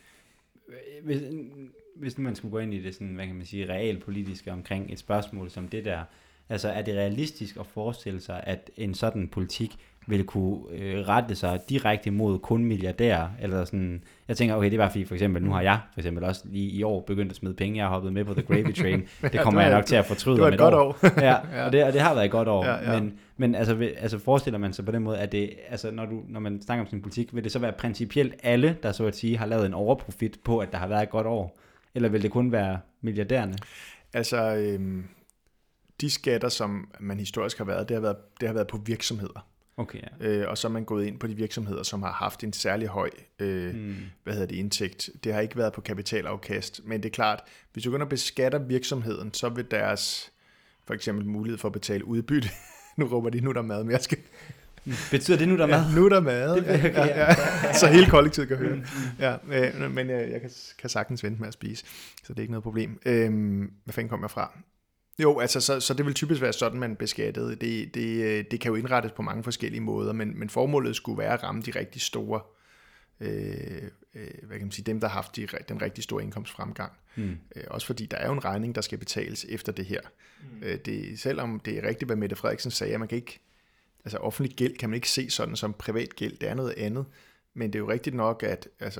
Hvis, hvis nu man skulle gå ind i det sådan, hvad kan man sige, realpolitiske omkring et spørgsmål som det der, altså er det realistisk at forestille sig, at en sådan politik vil kunne øh, rette sig direkte mod kun milliardærer, eller sådan, jeg tænker, okay, det er bare fordi, for eksempel, nu har jeg for eksempel også lige i år begyndt at smide penge, jeg har hoppet med på The Gravy Train, det kommer ja, jeg nok til at fortryde om et, et godt år. år. ja, og, det, og det har været et godt år, ja, ja. men, men altså, vil, altså forestiller man sig på den måde, at det, altså når, du, når man snakker om sin politik, vil det så være principielt alle, der så at sige har lavet en overprofit på, at der har været et godt år, eller vil det kun være milliardærerne? Altså, øhm, de skatter, som man historisk har været, det har været, det har været på virksomheder. Okay, ja. øh, og så er man gået ind på de virksomheder, som har haft en særlig høj øh, hmm. hvad hedder det, indtægt. Det har ikke været på kapitalafkast, men det er klart, hvis du begynder at beskatte virksomheden, så vil deres for eksempel mulighed for at betale udbytte, nu råber de, nu der er mad, men jeg skal... Betyder det nu der er mad? Ja, nu der er mad, det okay, ja, ja, ja. Så hele kollektivet kan høre. Ja, øh, men øh, jeg kan, kan sagtens vente med at spise, så det er ikke noget problem. Øh, hvad fanden kom jeg fra? Jo, altså, så, så det vil typisk være sådan, man beskattede. Det, det, det kan jo indrettes på mange forskellige måder, men, men formålet skulle være at ramme de rigtig store, øh, øh, hvad kan man sige, dem, der har haft de, den rigtig store indkomstfremgang. Mm. Øh, også fordi der er jo en regning, der skal betales efter det her. Mm. Øh, det, selvom det er rigtigt, hvad Mette Frederiksen sagde, at man kan ikke, altså offentlig gæld kan man ikke se sådan som privat gæld, det er noget andet. Men det er jo rigtigt nok, at altså,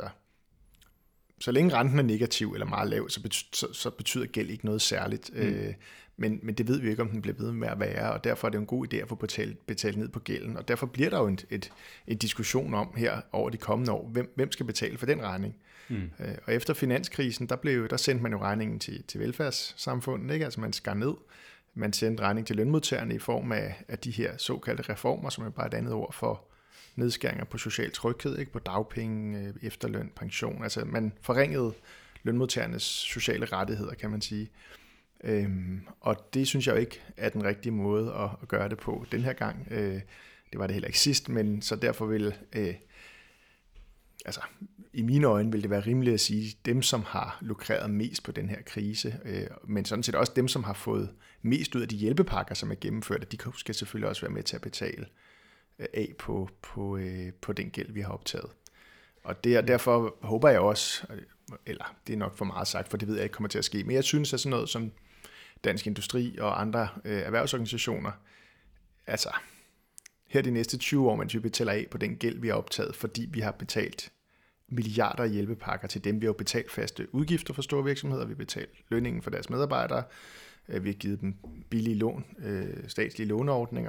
så længe renten er negativ eller meget lav, så betyder, så, så betyder gæld ikke noget særligt. Mm. Øh, men, men det ved vi ikke, om den bliver ved med at være, og derfor er det en god idé at få betalt, betalt ned på gælden. Og derfor bliver der jo en, et, en diskussion om her over de kommende år, hvem, hvem skal betale for den regning. Mm. Øh, og efter finanskrisen, der, blev, der sendte man jo regningen til, til velfærdssamfundet, ikke? Altså man skar ned. Man sendte regning til lønmodtagerne i form af, af de her såkaldte reformer, som er bare et andet ord for nedskæringer på social tryghed, ikke? På dagpenge, efterløn, pension. Altså man forringede lønmodtagernes sociale rettigheder, kan man sige. Øhm, og det synes jeg jo ikke er den rigtige måde at, at gøre det på den her gang. Øh, det var det heller ikke sidst, men så derfor vil, øh, altså i mine øjne vil det være rimeligt at sige, dem som har lukreret mest på den her krise, øh, men sådan set også dem som har fået mest ud af de hjælpepakker, som er gennemført, at de skal selvfølgelig også være med til at betale af på, på, øh, på den gæld, vi har optaget. Og det, derfor håber jeg også, eller det er nok for meget sagt, for det ved jeg ikke kommer til at ske, men jeg synes, at sådan noget som Dansk Industri og andre øh, erhvervsorganisationer, altså her de næste tyve år, mens vi betaler af på den gæld, vi har optaget, fordi vi har betalt milliarder af hjælpepakker til dem. Vi har jo betalt faste udgifter for store virksomheder, vi har betalt lønningen for deres medarbejdere, vi har givet dem billige lån, øh, statslige låneordninger,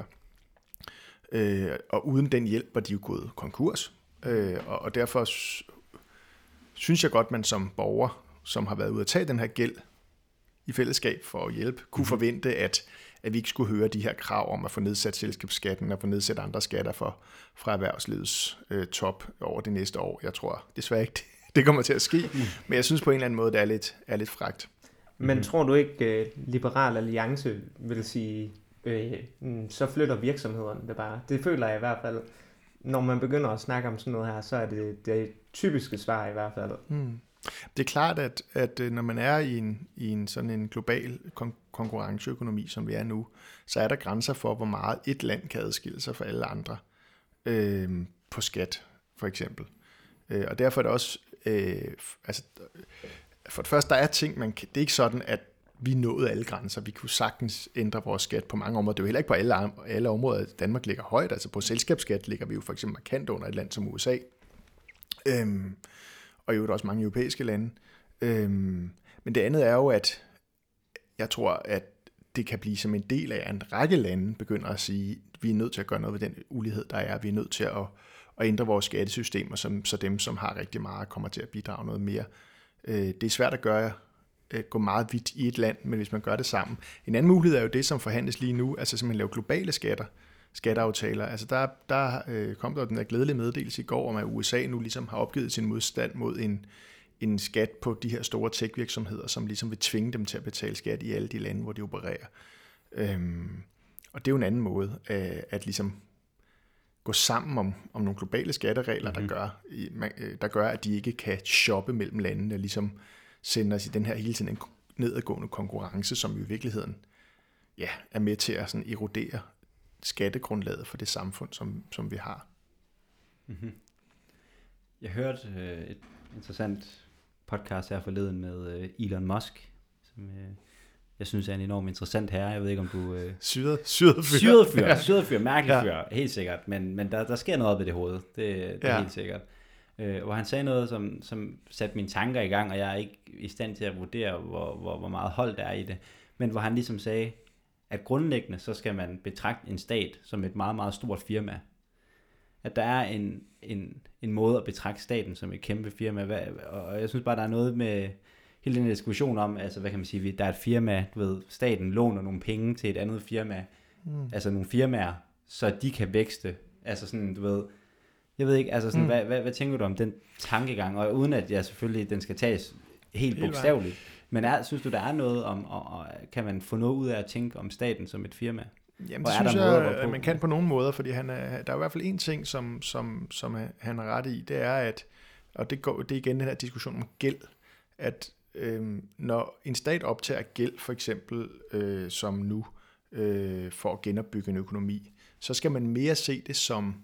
øh, og uden den hjælp var de jo gået konkurs. Øh, og, og derfor synes jeg godt, man som borger, som har været ude at tage den her gæld i fællesskab for at hjælpe, kunne forvente, at, at vi ikke skulle høre de her krav om at få nedsat selskabsskatten og få nedsat andre skatter for, fra erhvervslivets øh, top over det næste år. Jeg tror desværre ikke, det, det kommer til at ske, mm. men jeg synes på en eller anden måde, det er lidt, er lidt fragt. Men tror du ikke, uh, Liberal Alliance vil sige, øh, så flytter virksomhederne det bare? Det føler jeg i hvert fald. Når man begynder at snakke om sådan noget her, så er det det typiske svar i hvert fald. Mm. Det er klart, at, at når man er i en, i en sådan en global kon- konkurrenceøkonomi, som vi er nu, så er der grænser for, hvor meget et land kan adskille sig fra alle andre øh, på skat, for eksempel. Øh, og derfor er det også, øh, altså, for det første, der er ting, man kan, det er ikke sådan, at vi nåede alle grænser. Vi kunne sagtens ændre vores skat på mange områder. Det er jo heller ikke på alle, alle områder, at Danmark ligger højt. Altså på selskabsskat ligger vi jo for eksempel markant under et land som U S A. Øhm, og jo også mange europæiske lande. Øhm, men det andet er jo, at jeg tror, at det kan blive som en del af, at en række lande begynder at sige, at vi er nødt til at gøre noget ved den ulighed, der er. Vi er nødt til at, at ændre vores skattesystemer, som, så dem, som har rigtig meget, kommer til at bidrage noget mere. Øh, det er svært at gøre gå meget vidt i et land, men hvis man gør det sammen. En anden mulighed er jo det, som forhandles lige nu, altså simpelthen lave globale skatter, skatteaftaler. Altså der, der øh, kom der den der glædelige meddelelse i går om, at U S A nu ligesom har opgivet sin modstand mod en, en skat på de her store tech-virksomheder, som ligesom vil tvinge dem til at betale skat i alle de lande, hvor de opererer. Øhm, og det er jo en anden måde øh, at ligesom gå sammen om, om nogle globale skatteregler, mm-hmm. der, gør, der gør, at de ikke kan shoppe mellem landene, ligesom sender os i den her hele tiden en nedadgående konkurrence, som i virkeligheden ja, er med til at sådan erodere skattegrundlaget for det samfund, som, som vi har. Mm-hmm. Jeg hørte øh, et interessant podcast her forleden med øh, Elon Musk, som øh, jeg synes er en enormt interessant herre. Jeg ved ikke, om du... Øh... Syret, syret fyr. Syret fyr, ja. syret fyr, mærkelig fyr, ja. Helt sikkert. Men, men der, der sker noget op i det hoved, det, det er ja. helt sikkert. Øh, hvor han sagde noget, som, som satte mine tanker i gang, og jeg er ikke i stand til at vurdere, hvor, hvor, hvor meget hold der er i det. Men hvor han ligesom sagde, at grundlæggende, så skal man betragte en stat som et meget, meget stort firma. At der er en, en, en måde at betragte staten som et kæmpe firma. Og jeg synes bare, der er noget med hele den diskussion om, altså hvad kan man sige, der er et firma, du ved, staten låner nogle penge til et andet firma, mm. altså nogle firmaer, så de kan vækste. Altså sådan, du ved... Jeg ved ikke, altså sådan, mm. hvad, hvad, hvad tænker du om den tankegang? Og uden at jeg selvfølgelig, den skal tages helt bogstaveligt. Men er, synes du, der er noget om, og, og kan man få noget ud af at tænke om staten som et firma? Jamen, det synes jeg, at man kan på nogle måder, fordi han er, der er i hvert fald en ting, som, som, som han har ret i, det er, at, og det, går, det er igen den her diskussion om gæld, at øhm, når en stat optager gæld, for eksempel øh, som nu, øh, for at genopbygge en økonomi, så skal man mere se det som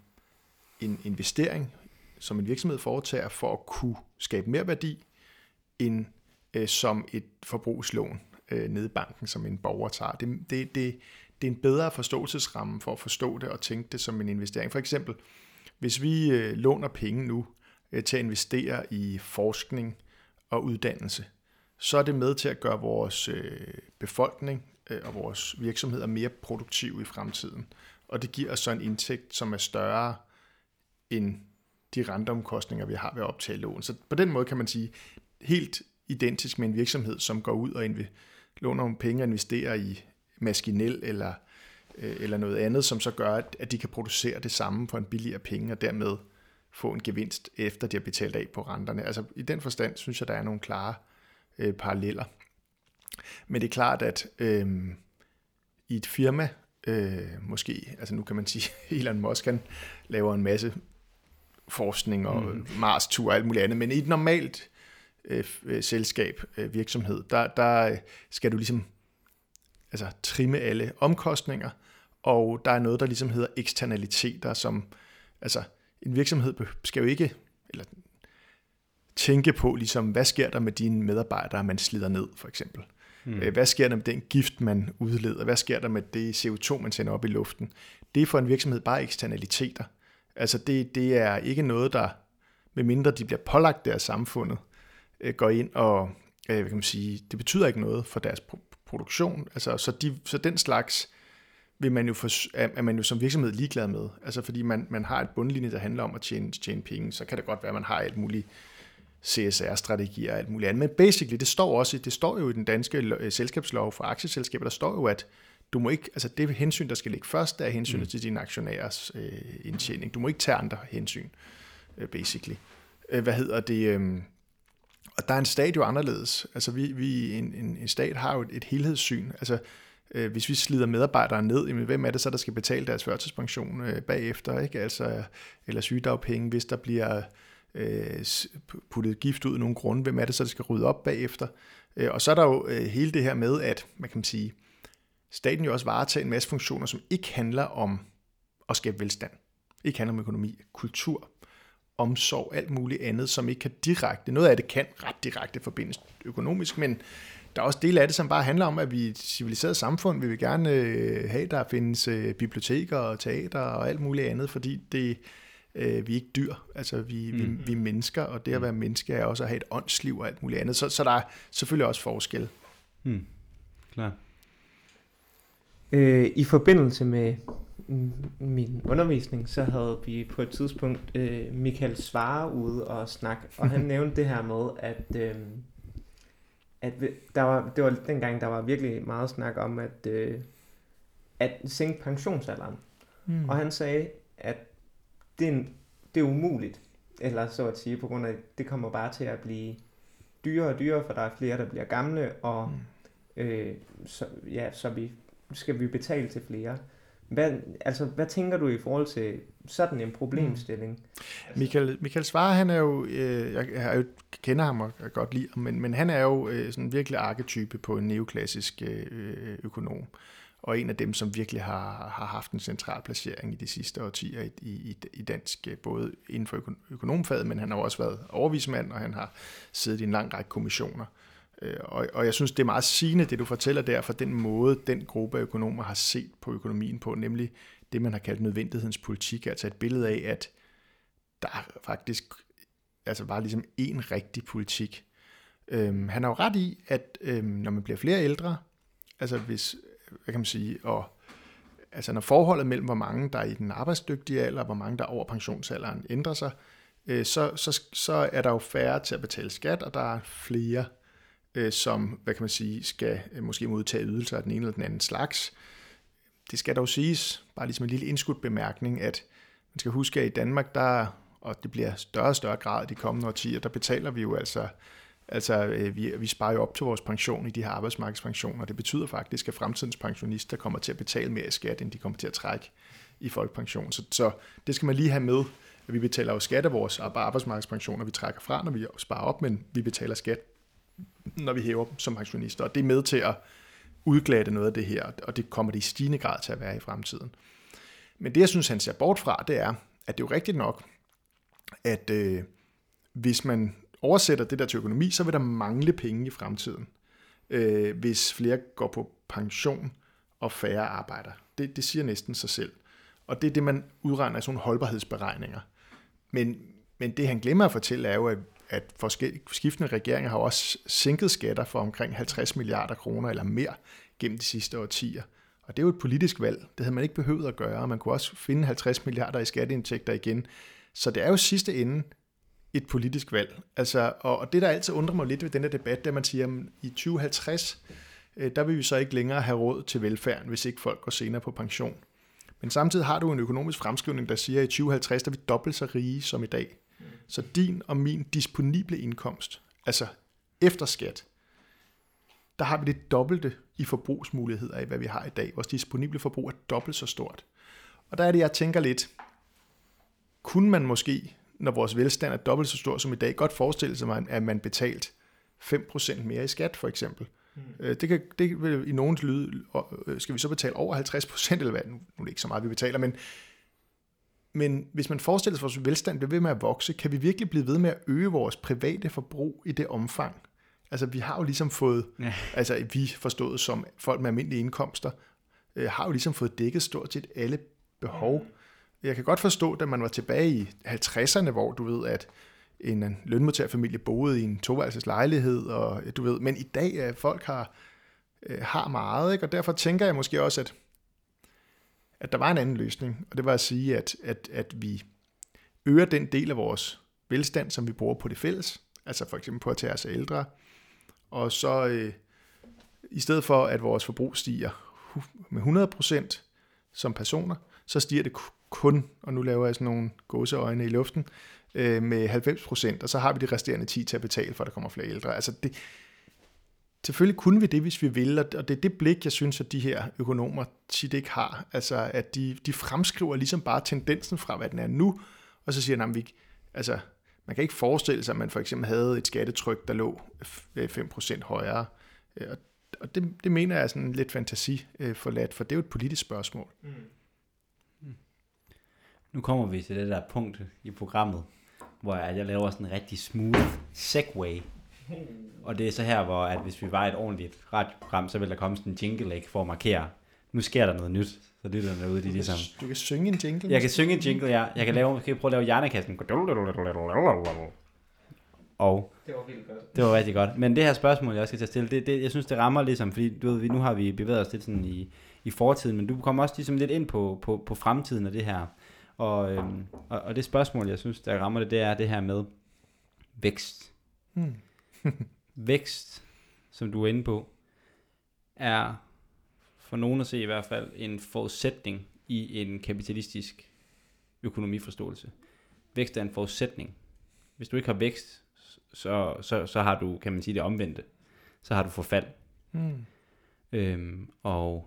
en investering, som en virksomhed foretager for at kunne skabe mere værdi, end øh, som et forbrugslån øh, nede i banken, som en borger tager. Det, det, det, det er en bedre forståelsesramme for at forstå det og tænke det som en investering. For eksempel, hvis vi øh, låner penge nu øh, til at investere i forskning og uddannelse, så er det med til at gøre vores øh, befolkning øh, og vores virksomheder mere produktive i fremtiden. Og det giver os så en indtægt, som er større end de renteomkostninger, vi har ved at optage lån. Så på den måde kan man sige, helt identisk med en virksomhed, som går ud og inv- låner nogle penge og investerer i maskinel eller, øh, eller noget andet, som så gør, at de kan producere det samme for en billigere penge, og dermed få en gevinst, efter de har betalt af på renterne. Altså i den forstand, synes jeg, der er nogle klare øh, paralleller. Men det er klart, at øh, i et firma, øh, måske, altså nu kan man sige, Elon Musk, han laver en masse forskning og mm. Mars-tur og alt muligt andet, men i et normalt øh, selskab, øh, virksomhed, der, der skal du ligesom altså trimme alle omkostninger, og der er noget, der ligesom hedder eksternaliteter, som, altså en virksomhed skal jo ikke, eller tænke på, ligesom, hvad sker der med dine medarbejdere, man slider ned, for eksempel. Mm. Hvad sker der med den gift, man udleder? Hvad sker der med det C O to, man sender op i luften? Det er for en virksomhed bare eksternaliteter. Altså det, det er ikke noget, der, medmindre de bliver pålagt deres samfundet, går ind og, hvad kan man sige, det betyder ikke noget for deres produktion. Altså, så, de, så den slags vil man jo for, er man jo som virksomhed ligeglad med. Altså fordi man, man har et bundlinje, der handler om at tjene, tjene penge, så kan det godt være, at man har alt muligt C S R-strategier og alt muligt andet. Men basically, det står også, det står jo i den danske selskabslov for aktieselskaber, der står jo, at du må ikke, altså det hensyn, der skal ligge først, der er hensynet mm. til dine aktionærers øh, indtjening. Du må ikke tage andre hensyn, øh, basically. Øh, hvad hedder det? Øh, og der er en stat jo anderledes. Altså vi, vi en, en, en stat har jo et, et helhedssyn. Altså øh, hvis vi slider medarbejdere ned, jamen, hvem er det så, der skal betale deres førtidspension øh, bagefter, ikke? Altså, eller sygedagpenge, hvis der bliver puttet gift ud i nogle grunde, hvem er det så, der skal rydde op bagefter. Og så er der jo hele det her med, at man kan sige, staten jo også varetager en masse funktioner, som ikke handler om at skabe velstand. Ikke handler om økonomi, kultur, omsorg, alt muligt andet, som ikke kan direkte, noget af det kan ret direkte forbindes økonomisk, men der er også dele af det, som bare handler om, at vi er et civiliseret samfund, vi vil gerne have, der findes biblioteker og teater og alt muligt andet, fordi det Øh, vi er ikke dyr, altså vi, mm. vi, vi er mennesker, og det at være menneske er også at have et åndsliv og alt muligt andet, så, så der er selvfølgelig også forskel. Mm. Klar. Øh, I forbindelse med min undervisning, så havde vi på et tidspunkt øh, Michael Svarer ude og snakke, og han nævnte det her med, at, øh, at der var, det var dengang, der var virkelig meget snak om, at, øh, at sænke pensionsalderen. Mm. Og han sagde, at det er, det er umuligt, eller så at sige, på grund af, det kommer bare til at blive dyrere og dyrere, for der er flere, der bliver gamle, og mm. øh, så, ja, så vi, skal vi betale til flere. Hvad, altså, hvad tænker du i forhold til sådan en problemstilling? Mm. Michael, Michael Svarer, han er jo, øh, jeg, jeg jo kender ham og jeg godt lide ham, men, men han er jo øh, sådan virkelig arketype på en neoklassisk øh, økonom, og en af dem, som virkelig har, har haft en central placering i de sidste årtier i, i, i dansk, både inden for økonomfaget, men han har også været overvismand, og han har siddet i en lang række kommissioner. Og, og jeg synes, det er meget sigende, det du fortæller der, for den måde, den gruppe af økonomer har set på økonomien på, nemlig det, man har kaldt nødvendighedens politik, altså et billede af, at der faktisk altså bare ligesom en rigtig politik. Øhm, han har jo ret i, at øhm, når man bliver flere ældre, altså hvis hvad kan man sige, og altså når forholdet mellem, hvor mange der er i den arbejdsdygtige alder, og hvor mange der er over pensionsalderen ændrer sig, øh, så, så, så er der jo færre til at betale skat, og der er flere, øh, som, hvad kan man sige, skal øh, måske modtage ydelser af den ene eller den anden slags. Det skal dog siges, bare ligesom en lille indskudt bemærkning, at man skal huske, at i Danmark, der, og det bliver større og større grad de kommende årtier, der betaler vi jo altså Altså, vi, vi sparer jo op til vores pension i de her arbejdsmarkedspensioner. Det betyder faktisk, at fremtidens pensionister kommer til at betale mere i skat, end de kommer til at trække i folkepension. Så, så det skal man lige have med, at vi betaler jo skat af vores arbejdsmarkedspensioner, vi trækker fra, når vi sparer op, men vi betaler skat, når vi hæver dem som pensionister. Og det er med til at udglatte noget af det her, og det kommer det i stigende grad til at være i fremtiden. Men det, jeg synes, han ser bort fra, det er, at det er jo rigtigt nok, at øh, hvis man oversætter det der til økonomi, så vil der mangle penge i fremtiden, øh, hvis flere går på pension og færre arbejder. Det, det siger næsten sig selv. Og det er det, man udregner i sådan nogle holdbarhedsberegninger. Men, men det, han glemmer at fortælle, er jo, at, at skiftende regeringer har også sænket skatter for omkring halvtreds milliarder kroner eller mere gennem de sidste årtier. Og det er jo et politisk valg. Det havde man ikke behøvet at gøre. Man kunne også finde halvtreds milliarder i skatteindtægter igen. Så det er jo sidste ende et politisk valg. Altså, og, og det, der altid undrer mig lidt ved den her debat, det er, at man siger, at i tyve halvtreds, øh, der vil vi så ikke længere have råd til velfærden, hvis ikke folk går senere på pension. Men samtidig har du en økonomisk fremskrivning, der siger, at i tyve halvtreds, der er vi dobbelt så rige som i dag. Mm. Så din og min disponible indkomst, altså efter skat, der har vi det dobbelte i forbrugsmuligheder af, hvad vi har i dag. Vores disponible forbrug er dobbelt så stort. Og der er det, jeg tænker lidt, kunne man måske, når vores velstand er dobbelt så stor som i dag, godt forestille sig, at man betalt fem procent mere i skat, for eksempel. Mm. Det, kan, det vil i nogens lyde, skal vi så betale over halvtreds procent, eller hvad? Nu er det ikke så meget, vi betaler, men, men hvis man forestiller sig, at vores velstand bliver ved med at vokse, kan vi virkelig blive ved med at øge vores private forbrug i det omfang? Altså, vi har jo ligesom fået, ja. altså vi forstået som folk med almindelige indkomster, øh, har jo ligesom fået dækket stort set alle behov. Jeg kan godt forstå, da man var tilbage i halvtredserne, hvor du ved, at en lønmodtagerfamilie boede i en toværelses lejlighed, og du ved, men i dag er folk har, øh, har meget, ikke? Og derfor tænker jeg måske også, at, at der var en anden løsning, og det var at sige, at, at, at vi øger den del af vores velstand, som vi bruger på det fælles, altså for eksempel på at tage os af ældre, og så øh, i stedet for, at vores forbrug stiger med hundrede procent som personer, så stiger det kun, og nu laver jeg sådan nogle gåseøjne i luften, øh, med halvfems procent, og så har vi de resterende ti til at betale, for at der kommer flere ældre. Altså det, selvfølgelig kunne vi det, hvis vi vil, og det er det blik, jeg synes, at de her økonomer tit ikke har. Altså at de, de fremskriver ligesom bare tendensen fra, hvad den er nu, og så siger de, vi, altså man kan ikke forestille sig, at man for eksempel havde et skattetryk, der lå fem procent højere, og Og det, det mener jeg er sådan lidt fantasi øh, forladt, for det er jo et politisk spørgsmål. Mm. Mm. Nu kommer vi til det der punkt i programmet, hvor jeg, jeg laver sådan en rigtig smooth segway. Mm. Og det er så her, hvor at hvis vi var et ordentligt radioprogram, så vil der komme sådan en jingle, ikke, for at markere, nu sker der noget nyt. Så lytterne derude, de du, ligesom... du kan synge en jingle? Jeg kan synge en jingle, ja. Jeg kan, lave, kan prøve at lave hjernekassen. Og det var vildt godt. Det var rigtig godt. Men det her spørgsmål, jeg også skal tage stille, det, det, jeg synes, det rammer ligesom, fordi du ved, nu har vi bevæget os lidt sådan i, i fortiden, men du kommer også ligesom lidt ind på, på, på fremtiden af det her. Og, øhm, og, og det spørgsmål, jeg synes, der rammer det, det er det her med vækst. Hmm. Vækst, som du er inde på, er for nogen at se i hvert fald en forudsætning i en kapitalistisk økonomiforståelse. Vækst er en forudsætning. Hvis du ikke har vækst, så, så, så har du, kan man sige, det omvendte. Så har du forfald. Mm. Øhm, og,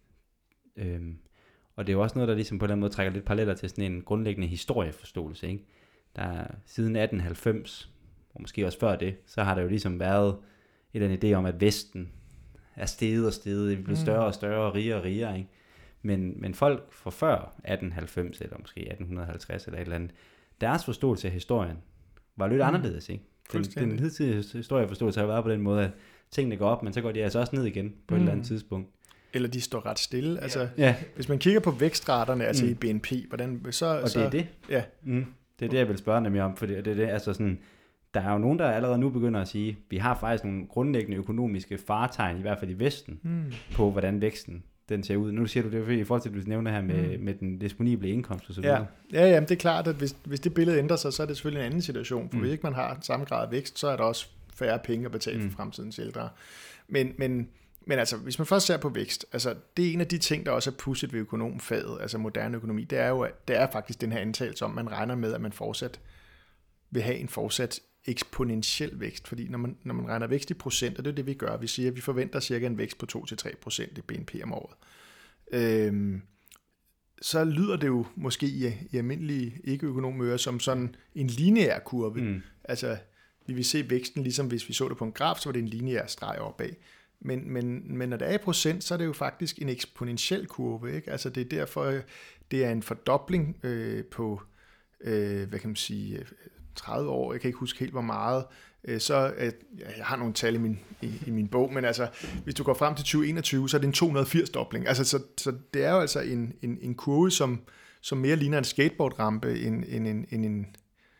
øhm, og det er jo også noget, der ligesom på en eller anden måde trækker lidt paralleller til sådan en grundlæggende historieforståelse. Ikke? Der siden atten halvfems, og måske også før det, så har der jo ligesom været et eller andet idé om, at Vesten er steget og steget, det er blevet større og større og rigere og rigere. Ikke? Men, men folk fra før atten halvfems, eller måske atten halvtreds eller et eller andet, deres forståelse af historien var lidt mm. anderledes, ikke? Den, den hidtidige historieforståelse har været på den måde, at tingene går op, men så går de altså også ned igen på mm. et eller andet tidspunkt. Eller de står ret stille. Altså, ja. Hvis man kigger på vækstraterne, altså mm. i B N P, hvordan så... Og så, det er det. Ja. Mm. Det er det, jeg vil spørge nemlig om, for det, det er det, altså sådan, der er jo nogen, der allerede nu begynder at sige, vi har faktisk nogle grundlæggende økonomiske fartegn, i hvert fald i Vesten, mm. på hvordan væksten den ser ud. Nu siger du det, i forhold til, at du nævner her med, mm. med den disponible indkomst og så videre. Ja, ja, ja, det er klart, at hvis, hvis det billede ændrer sig, så er det selvfølgelig en anden situation. For mm. hvis ikke man har samme grad af vækst, så er der også færre penge at betale for mm. fremtidens ældre. Men, men, men altså, hvis man først ser på vækst, altså det er en af de ting, der også er pudset ved økonomfaget, altså moderne økonomi, det er jo, at det er faktisk den her antagelse om, man regner med, at man fortsat vil have en fortsat eksponentiel vækst, fordi når man, når man regner vækst i procent, og det er det, vi gør, vi siger, at vi forventer cirka en vækst på to til tre procent i B N P om året. Øhm, så lyder det jo måske i, i almindelige ikke-økonomører som sådan en lineær kurve. Mm. Altså, vi vil se væksten, ligesom hvis vi så det på en graf, så var det en lineær streg opad. Men, men, men når det er i procent, så er det jo faktisk en eksponentiel kurve, ikke? Altså, det er derfor, det er en fordobling øh, på, øh, hvad kan man sige, tredive år, jeg kan ikke huske helt, hvor meget, så, øh, jeg har nogle tal i min, i, i min bog, men altså, hvis du går frem til tyve enogtyve, så er det en to hundrede og firs dobling. Altså, så, så det er jo altså en, en, en kurve, som, som mere ligner en skateboardrampe, end, end, end, end en,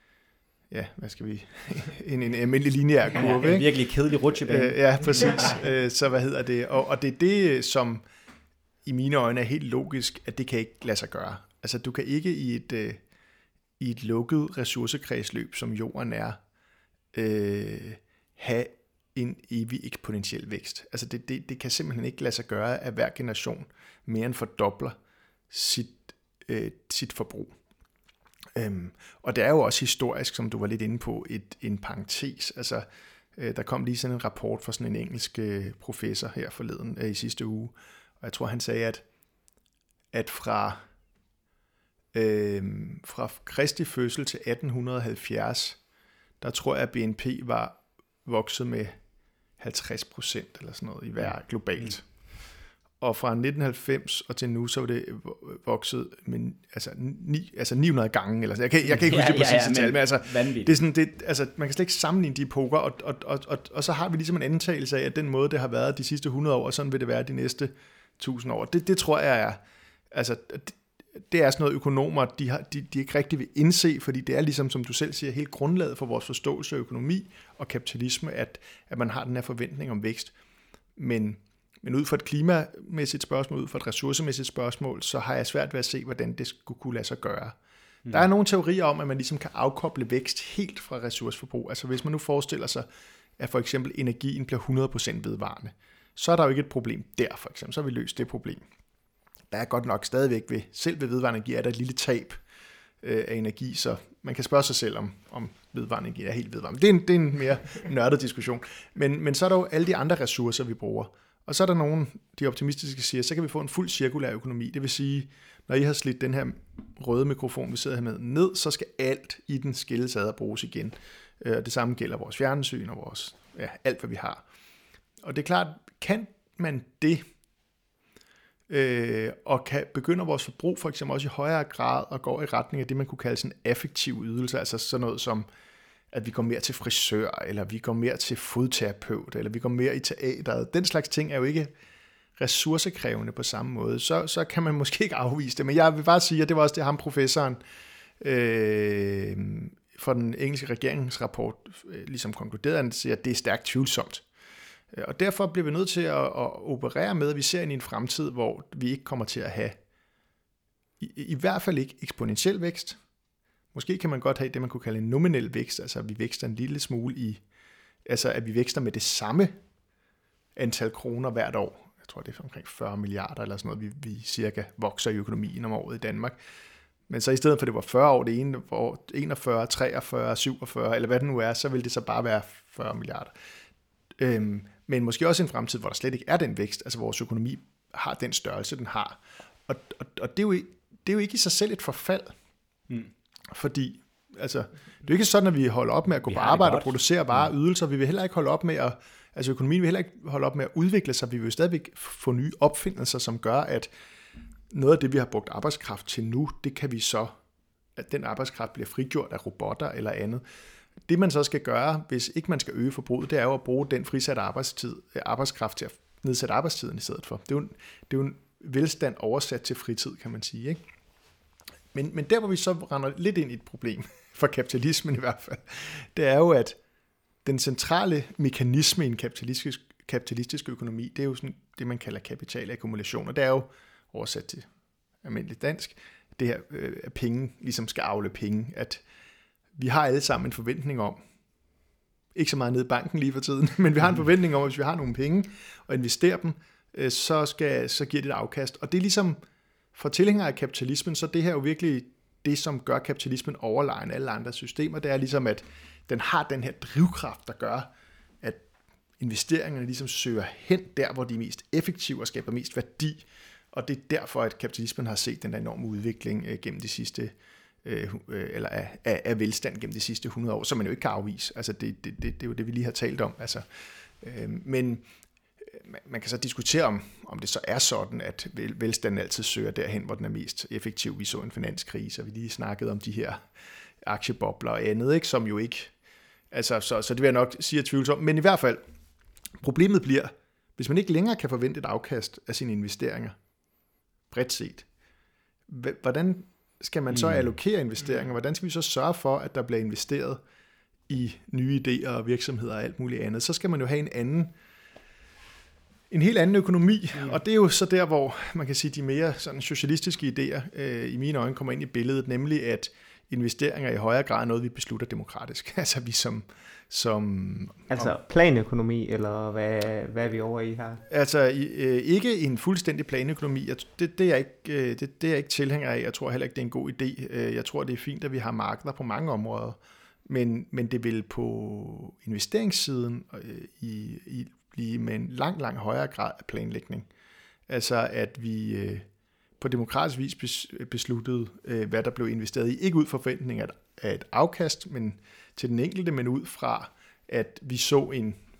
ja, hvad skal vi, en, en almindelig lineær kurve. Ja, en virkelig kedelig rutsjebane. Øh, ja, præcis. øh, så hvad hedder det? Og, og det er det, som i mine øjne er helt logisk, at det kan ikke lade sig gøre. Altså, du kan ikke i et... Øh, i et lukket ressourcekredsløb, som jorden er, øh, have en evig eksponentiel vækst. Altså det, det, det kan simpelthen ikke lade sig gøre, at hver generation mere end fordobler sit, øh, sit forbrug. Øhm, og det er jo også historisk, som du var lidt inde på, et, en parentes. Altså, øh, der kom lige sådan en rapport fra sådan en engelsk øh, professor her forleden øh, i sidste uge, og jeg tror, han sagde, at, at fra Øhm, fra Kristi fødsel til atten halvfjerds, der tror jeg, at B N P var vokset med halvtreds procent eller sådan noget i hver globalt. Og fra nitten halvfems og til nu, så var det vokset men, altså, ni, altså ni hundrede gange. Eller, jeg, kan, jeg kan ikke huske ja, det præcise ja, ja, tal, men altså, vanvittigt. det er sådan, det, altså, man kan slet ikke sammenligne de epoker, og, og, og, og, og så har vi ligesom en antagelse af, at den måde, det har været de sidste hundrede år, og sådan vil det være de næste tusind år. Det, det tror jeg er, altså, det, det er sådan noget, økonomer, de, har, de, de ikke rigtig vil indse, fordi det er ligesom, som du selv siger, helt grundlaget for vores forståelse af økonomi og kapitalisme, at, at man har den her forventning om vækst. Men Men ud fra et klimamæssigt spørgsmål, ud fra et ressourcemæssigt spørgsmål, så har jeg svært ved at se, hvordan det skulle kunne lade sig gøre. Mm. Der er nogle teorier om, at man ligesom kan afkoble vækst helt fra ressourceforbrug. Altså hvis man nu forestiller sig, at for eksempel energien bliver hundrede procent vedvarende, så er der jo ikke et problem der for eksempel. Så har vi løst det problem. Der er godt nok stadigvæk ved, selv ved vedvarende energi, er der et lille tab øh, af energi, så man kan spørge sig selv, om, om vedvarende energi er helt vedvarende. Det er en, det er en mere nørdet diskussion. Men, men så er der jo alle de andre ressourcer, vi bruger. Og så er der nogen, de optimistiske siger, så kan vi få en fuld cirkulær økonomi. Det vil sige, når I har slidt den her røde mikrofon, vi sidder her med, ned, så skal alt i den skilles ad og bruges igen. Det samme gælder vores fjernsyn og vores, ja, alt, hvad vi har. Og det er klart, kan man det, øh, og kan begynder vores forbrug for eksempel også i højere grad at gå i retning af det, man kunne kalde sådan en affektiv ydelse, altså sådan noget som, at vi går mere til frisør, eller vi går mere til fodterapeut, eller vi går mere i teateret. Den slags ting er jo ikke ressourcekrævende på samme måde. Så, så kan man måske ikke afvise det. Men jeg vil bare sige, at det var også det, ham professoren øh, for den engelske regeringsrapport øh, ligesom konkluderede, han siger, at det er stærkt tvivlsomt. Og derfor bliver vi nødt til at, at operere med, at vi ser ind i en fremtid, hvor vi ikke kommer til at have, i, i hvert fald ikke eksponentiel vækst. Måske kan man godt have det, man kunne kalde en nominel vækst, altså at vi vækster en lille smule i, altså at vi vækster med det samme antal kroner hvert år. Jeg tror, det er omkring fyrre milliarder eller sådan noget, vi, vi cirka vokser i økonomien om året i Danmark. Men så i stedet for, at det var fyrre år, det ene år, enogfyrre, treogfyrre, syvogfyrre, eller hvad det nu er, så vil det så bare være fyrre milliarder. Øhm, men måske også en fremtid, hvor der slet ikke er den vækst, altså vores økonomi har den størrelse, den har. Og, og, og det, er jo, det er jo ikke i sig selv et forfald. Hmm. Fordi, altså, det er jo ikke sådan, at vi holder op med at gå vi på arbejde og producere varer og ydelser. Vi vil heller ikke holde op med at, altså økonomien vil heller ikke holde op med at udvikle sig. Vi vil jo stadigvæk få nye opfindelser, som gør, at noget af det, vi har brugt arbejdskraft til nu, det kan vi så, at den arbejdskraft bliver frigjort af robotter eller andet. Det man så skal gøre, hvis ikke man skal øge forbruget, det er jo at bruge den frisatte arbejdstid, arbejdskraft til at nedsætte arbejdstiden i stedet for. Det er jo en, det er jo en velstand oversat til fritid, kan man sige, ikke? Men, men der, hvor vi så render lidt ind i et problem, for kapitalismen i hvert fald, det er jo, at den centrale mekanisme i en kapitalistisk, kapitalistisk økonomi, det er jo sådan det, man kalder kapitalakkumulation, og det er jo oversat til almindeligt dansk, det her, øh, at penge ligesom skal afle penge, at vi har alle sammen en forventning om, ikke så meget nede i banken lige for tiden, men vi har en forventning om, at hvis vi har nogle penge og investerer dem, øh, så, skal, så giver det et afkast, og det er ligesom for tilhængere af kapitalismen, så det her er jo virkelig det, som gør kapitalismen overlegen alle andre systemer. Det er ligesom, at den har den her drivkraft, der gør, at investeringerne ligesom søger hen der, hvor de er mest effektive og skaber mest værdi. Og det er derfor, at kapitalismen har set den enorme udvikling øh, gennem de sidste, øh, eller af, af, af velstand gennem de sidste hundrede år, som man jo ikke kan afvise. Altså det, det, det, det er jo det, vi lige har talt om. Altså, øh, men man kan så diskutere, om, om det så er sådan, at velstanden altid søger derhen, hvor den er mest effektiv. Vi så en finanskrise, og vi lige snakkede om de her aktiebobler og andet, ikke, som jo ikke... Altså, så, så det vil jeg nok sige at tvivlsomt. Men i hvert fald, problemet bliver, hvis man ikke længere kan forvente et afkast af sine investeringer, bredt set, hvordan skal man så allokere investeringer? Hvordan skal vi så sørge for, at der bliver investeret i nye idéer og virksomheder og alt muligt andet? Så skal man jo have en anden En helt anden økonomi, mm. og det er jo så der, hvor man kan sige, de mere sådan socialistiske idéer øh, i mine øjne kommer ind i billedet, nemlig at investeringer i højere grad er noget, vi beslutter demokratisk. Altså vi som... som altså om, planøkonomi, eller hvad, hvad er vi over i her? Altså øh, ikke en fuldstændig planøkonomi. Jeg, det, det, er jeg ikke, øh, det, det er jeg ikke tilhænger af. Jeg tror heller ikke, det er en god idé. Jeg tror, det er fint, at vi har markeder på mange områder, men, men det vil på investeringssiden øh, i... i blive med en lang, lang højere grad af planlægning. Altså at vi øh, på demokratisk vis bes, besluttede, øh, hvad der blev investeret i. Ikke ud fra forventning af et afkast men til den enkelte, men ud fra, at vi så en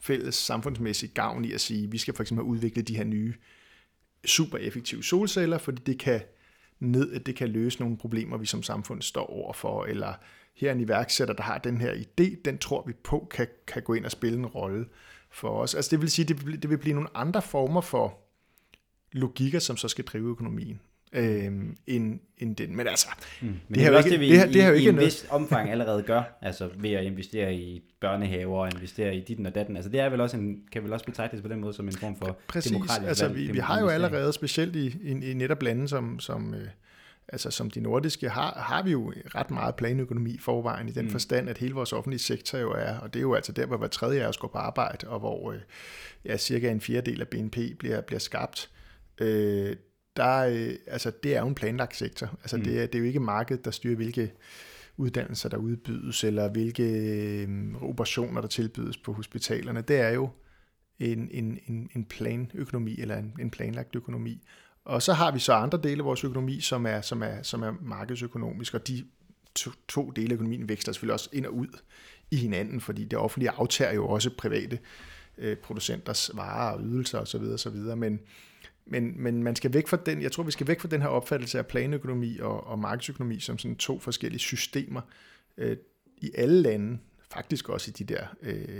fælles samfundsmæssig gavn i at sige, at vi skal for eksempel have udviklet de her nye super effektive solceller, fordi det kan, ned, det kan løse nogle problemer, vi som samfund står overfor, eller her er en iværksætter, der har den her idé, den tror vi på, kan, kan gå ind og spille en rolle for os. Altså det vil sige, det vil, det vil blive nogle andre former for logikker, som så skal drive økonomien, øhm, end, end den. Men altså, mm. Men det, det, er også ikke, det, vi det, her, det her i, jo ikke i en noget. vis omfang allerede gør, altså ved at investere i børnehaver og investere i ditten og datten. Altså det er vel også en, kan vel også betragtes på den måde som en form for Præcis. demokratisk Altså, valg. vi, vi har jo allerede, specielt i, i, i netop lande som, som, øh, altså, som de nordiske, har, har vi jo ret meget planøkonomi i forvejen, i den mm. forstand, at hele vores offentlige sektor jo er, og det er jo altså der, hvor hver tredje af os går på arbejde, og hvor øh, ja, cirka en fjerdedel af B N P bliver, bliver skabt. Øh, der, øh, altså, det er jo en planlagt sektor. Altså, mm. det, er, det er jo ikke markedet, der styrer, hvilke uddannelser, der udbydes, eller hvilke øh, operationer, der tilbydes på hospitalerne. Det er jo en, en, en, en planøkonomi, eller en, en planlagt økonomi. Og så har vi så andre dele af vores økonomi, som er, som er, som er markedsøkonomisk, og de to, to dele af økonomien vækster selvfølgelig også ind og ud i hinanden, fordi det offentlige aftager jo også private øh, producenters varer og ydelser osv. osv. Men, men, men man skal væk fra den, jeg tror, vi skal væk fra den her opfattelse af planøkonomi og, og markedsøkonomi som sådan to forskellige systemer øh, i alle lande, faktisk også i de der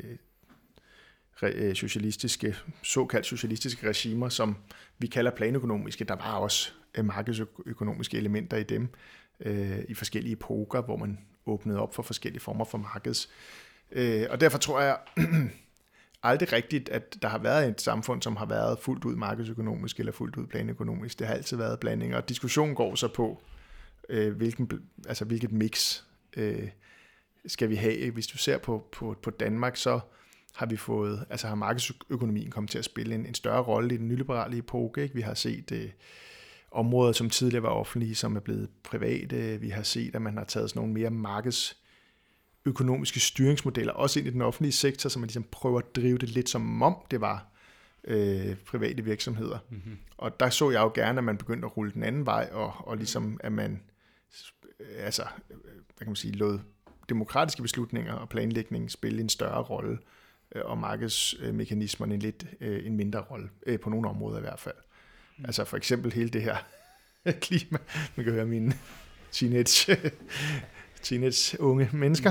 øh, socialistiske, såkaldt socialistiske regimer, som vi kalder planøkonomiske. Der var også markedsøkonomiske elementer i dem øh, i forskellige epoker, hvor man åbnede op for forskellige former for markeds. Øh, og derfor tror jeg aldrig rigtigt, at der har været et samfund, som har været fuldt ud markedsøkonomisk eller fuldt ud planøkonomisk. Det har altid været blandinger, og diskussionen går så på, øh, hvilken, altså, hvilket mix øh, skal vi have. Hvis du ser på, på, på Danmark, så har vi fået, altså har markedsøkonomien kommet til at spille en, en større rolle i den nyliberale epoke. Ikke? Vi har set øh, områder, som tidligere var offentlige, som er blevet private. Vi har set, at man har taget sådan nogle mere markedsøkonomiske styringsmodeller, også ind i den offentlige sektor, så man ligesom prøver at drive det lidt som om det var øh, private virksomheder. Mm-hmm. Og der så jeg jo gerne, at man begyndte at rulle den anden vej, og, og ligesom at man, altså, hvad kan man sige, lod demokratiske beslutninger og planlægning spille en større rolle, og markedsmekanismerne en lidt en mindre rolle, på nogle områder i hvert fald. Mm. Altså for eksempel hele det her klima. Man kan høre mine teenage, teenage unge mennesker.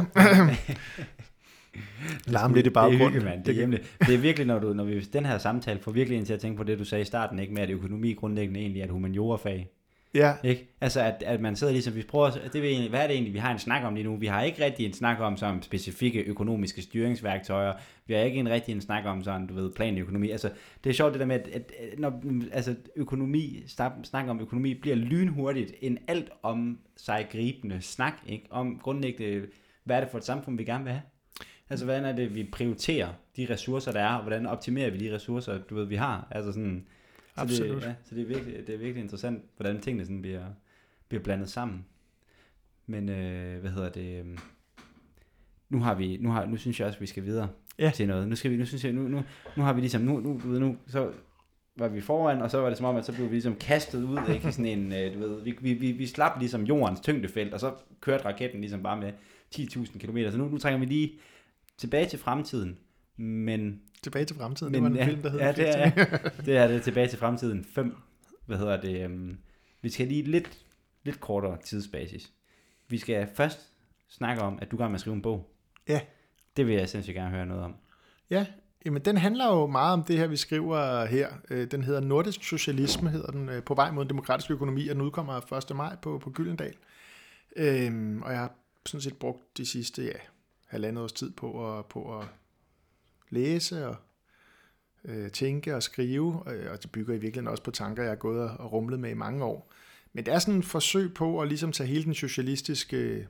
Larm lidt i baggrunden. Det er hyggeligt, det, det, det er virkelig, når, du, når vi den her samtale får virkelig ind til at tænke på det, du sagde i starten, ikke, med at økonomi grundlæggende egentlig er et humaniorafag. Ja. Ikke? Altså at, at man sidder ligesom, vi prøver, det vil egentlig, hvad er det egentlig, vi har en snak om lige nu? Vi har ikke rigtig en snak om som specifikke økonomiske styringsværktøjer. Vi har ikke en rigtig en snak om sådan, du ved, planøkonomi. Altså det er sjovt det der med, at, at når altså, økonomi, snak om økonomi bliver lynhurtigt en alt om sig gribende snak, ikke? Om grundlæggende, hvad er det for et samfund, vi gerne vil have? Altså hvordan er det, vi prioriterer de ressourcer, der er, og hvordan optimerer vi de ressourcer, du ved, vi har? Altså sådan... Så Absolut. det, ja, så det er virkelig, det er virkelig interessant, hvordan tingene sådan bliver, bliver blandet sammen. Men øh, hvad hedder det? Øh, nu har vi, nu har, nu synes jeg også, vi skal videre ja. til noget. Nu skal vi, nu synes jeg, nu, nu, nu har vi ligesom, nu, nu, du ved, nu, så var vi foran, og så var det som om, at så blev vi ligesom kastet ud, ikke, sådan en, øh, du ved, vi, vi, vi, vi slap ligesom jordens tyngdefelt, og så kørte raketten ligesom bare med ti tusind kilometer. Så nu, nu trænger vi lige tilbage til fremtiden, men Tilbage til fremtiden, men, det var en ja, film, der hedder ja, det er, det er det, Tilbage til fremtiden fem. Hvad hedder det? Um, vi skal lige lidt, lidt kortere tidsbasis. Vi skal først snakke om, at du er gang med at skrive en bog. Ja. Det vil jeg sindssygt gerne høre noget om. Ja, jamen den handler jo meget om det her, vi skriver her. Den hedder Nordisk Socialisme, hedder den, på vej mod en demokratisk økonomi, og den udkommer første maj på, på Gyldendal. Øhm, og jeg har sådan set brugt de sidste, ja, halvandet års tid på at, på at læse og øh, tænke og skrive, øh, og det bygger i virkeligheden også på tanker, jeg har gået og rumlet med i mange år. Men det er sådan et forsøg på at ligesom tage hele den socialistiske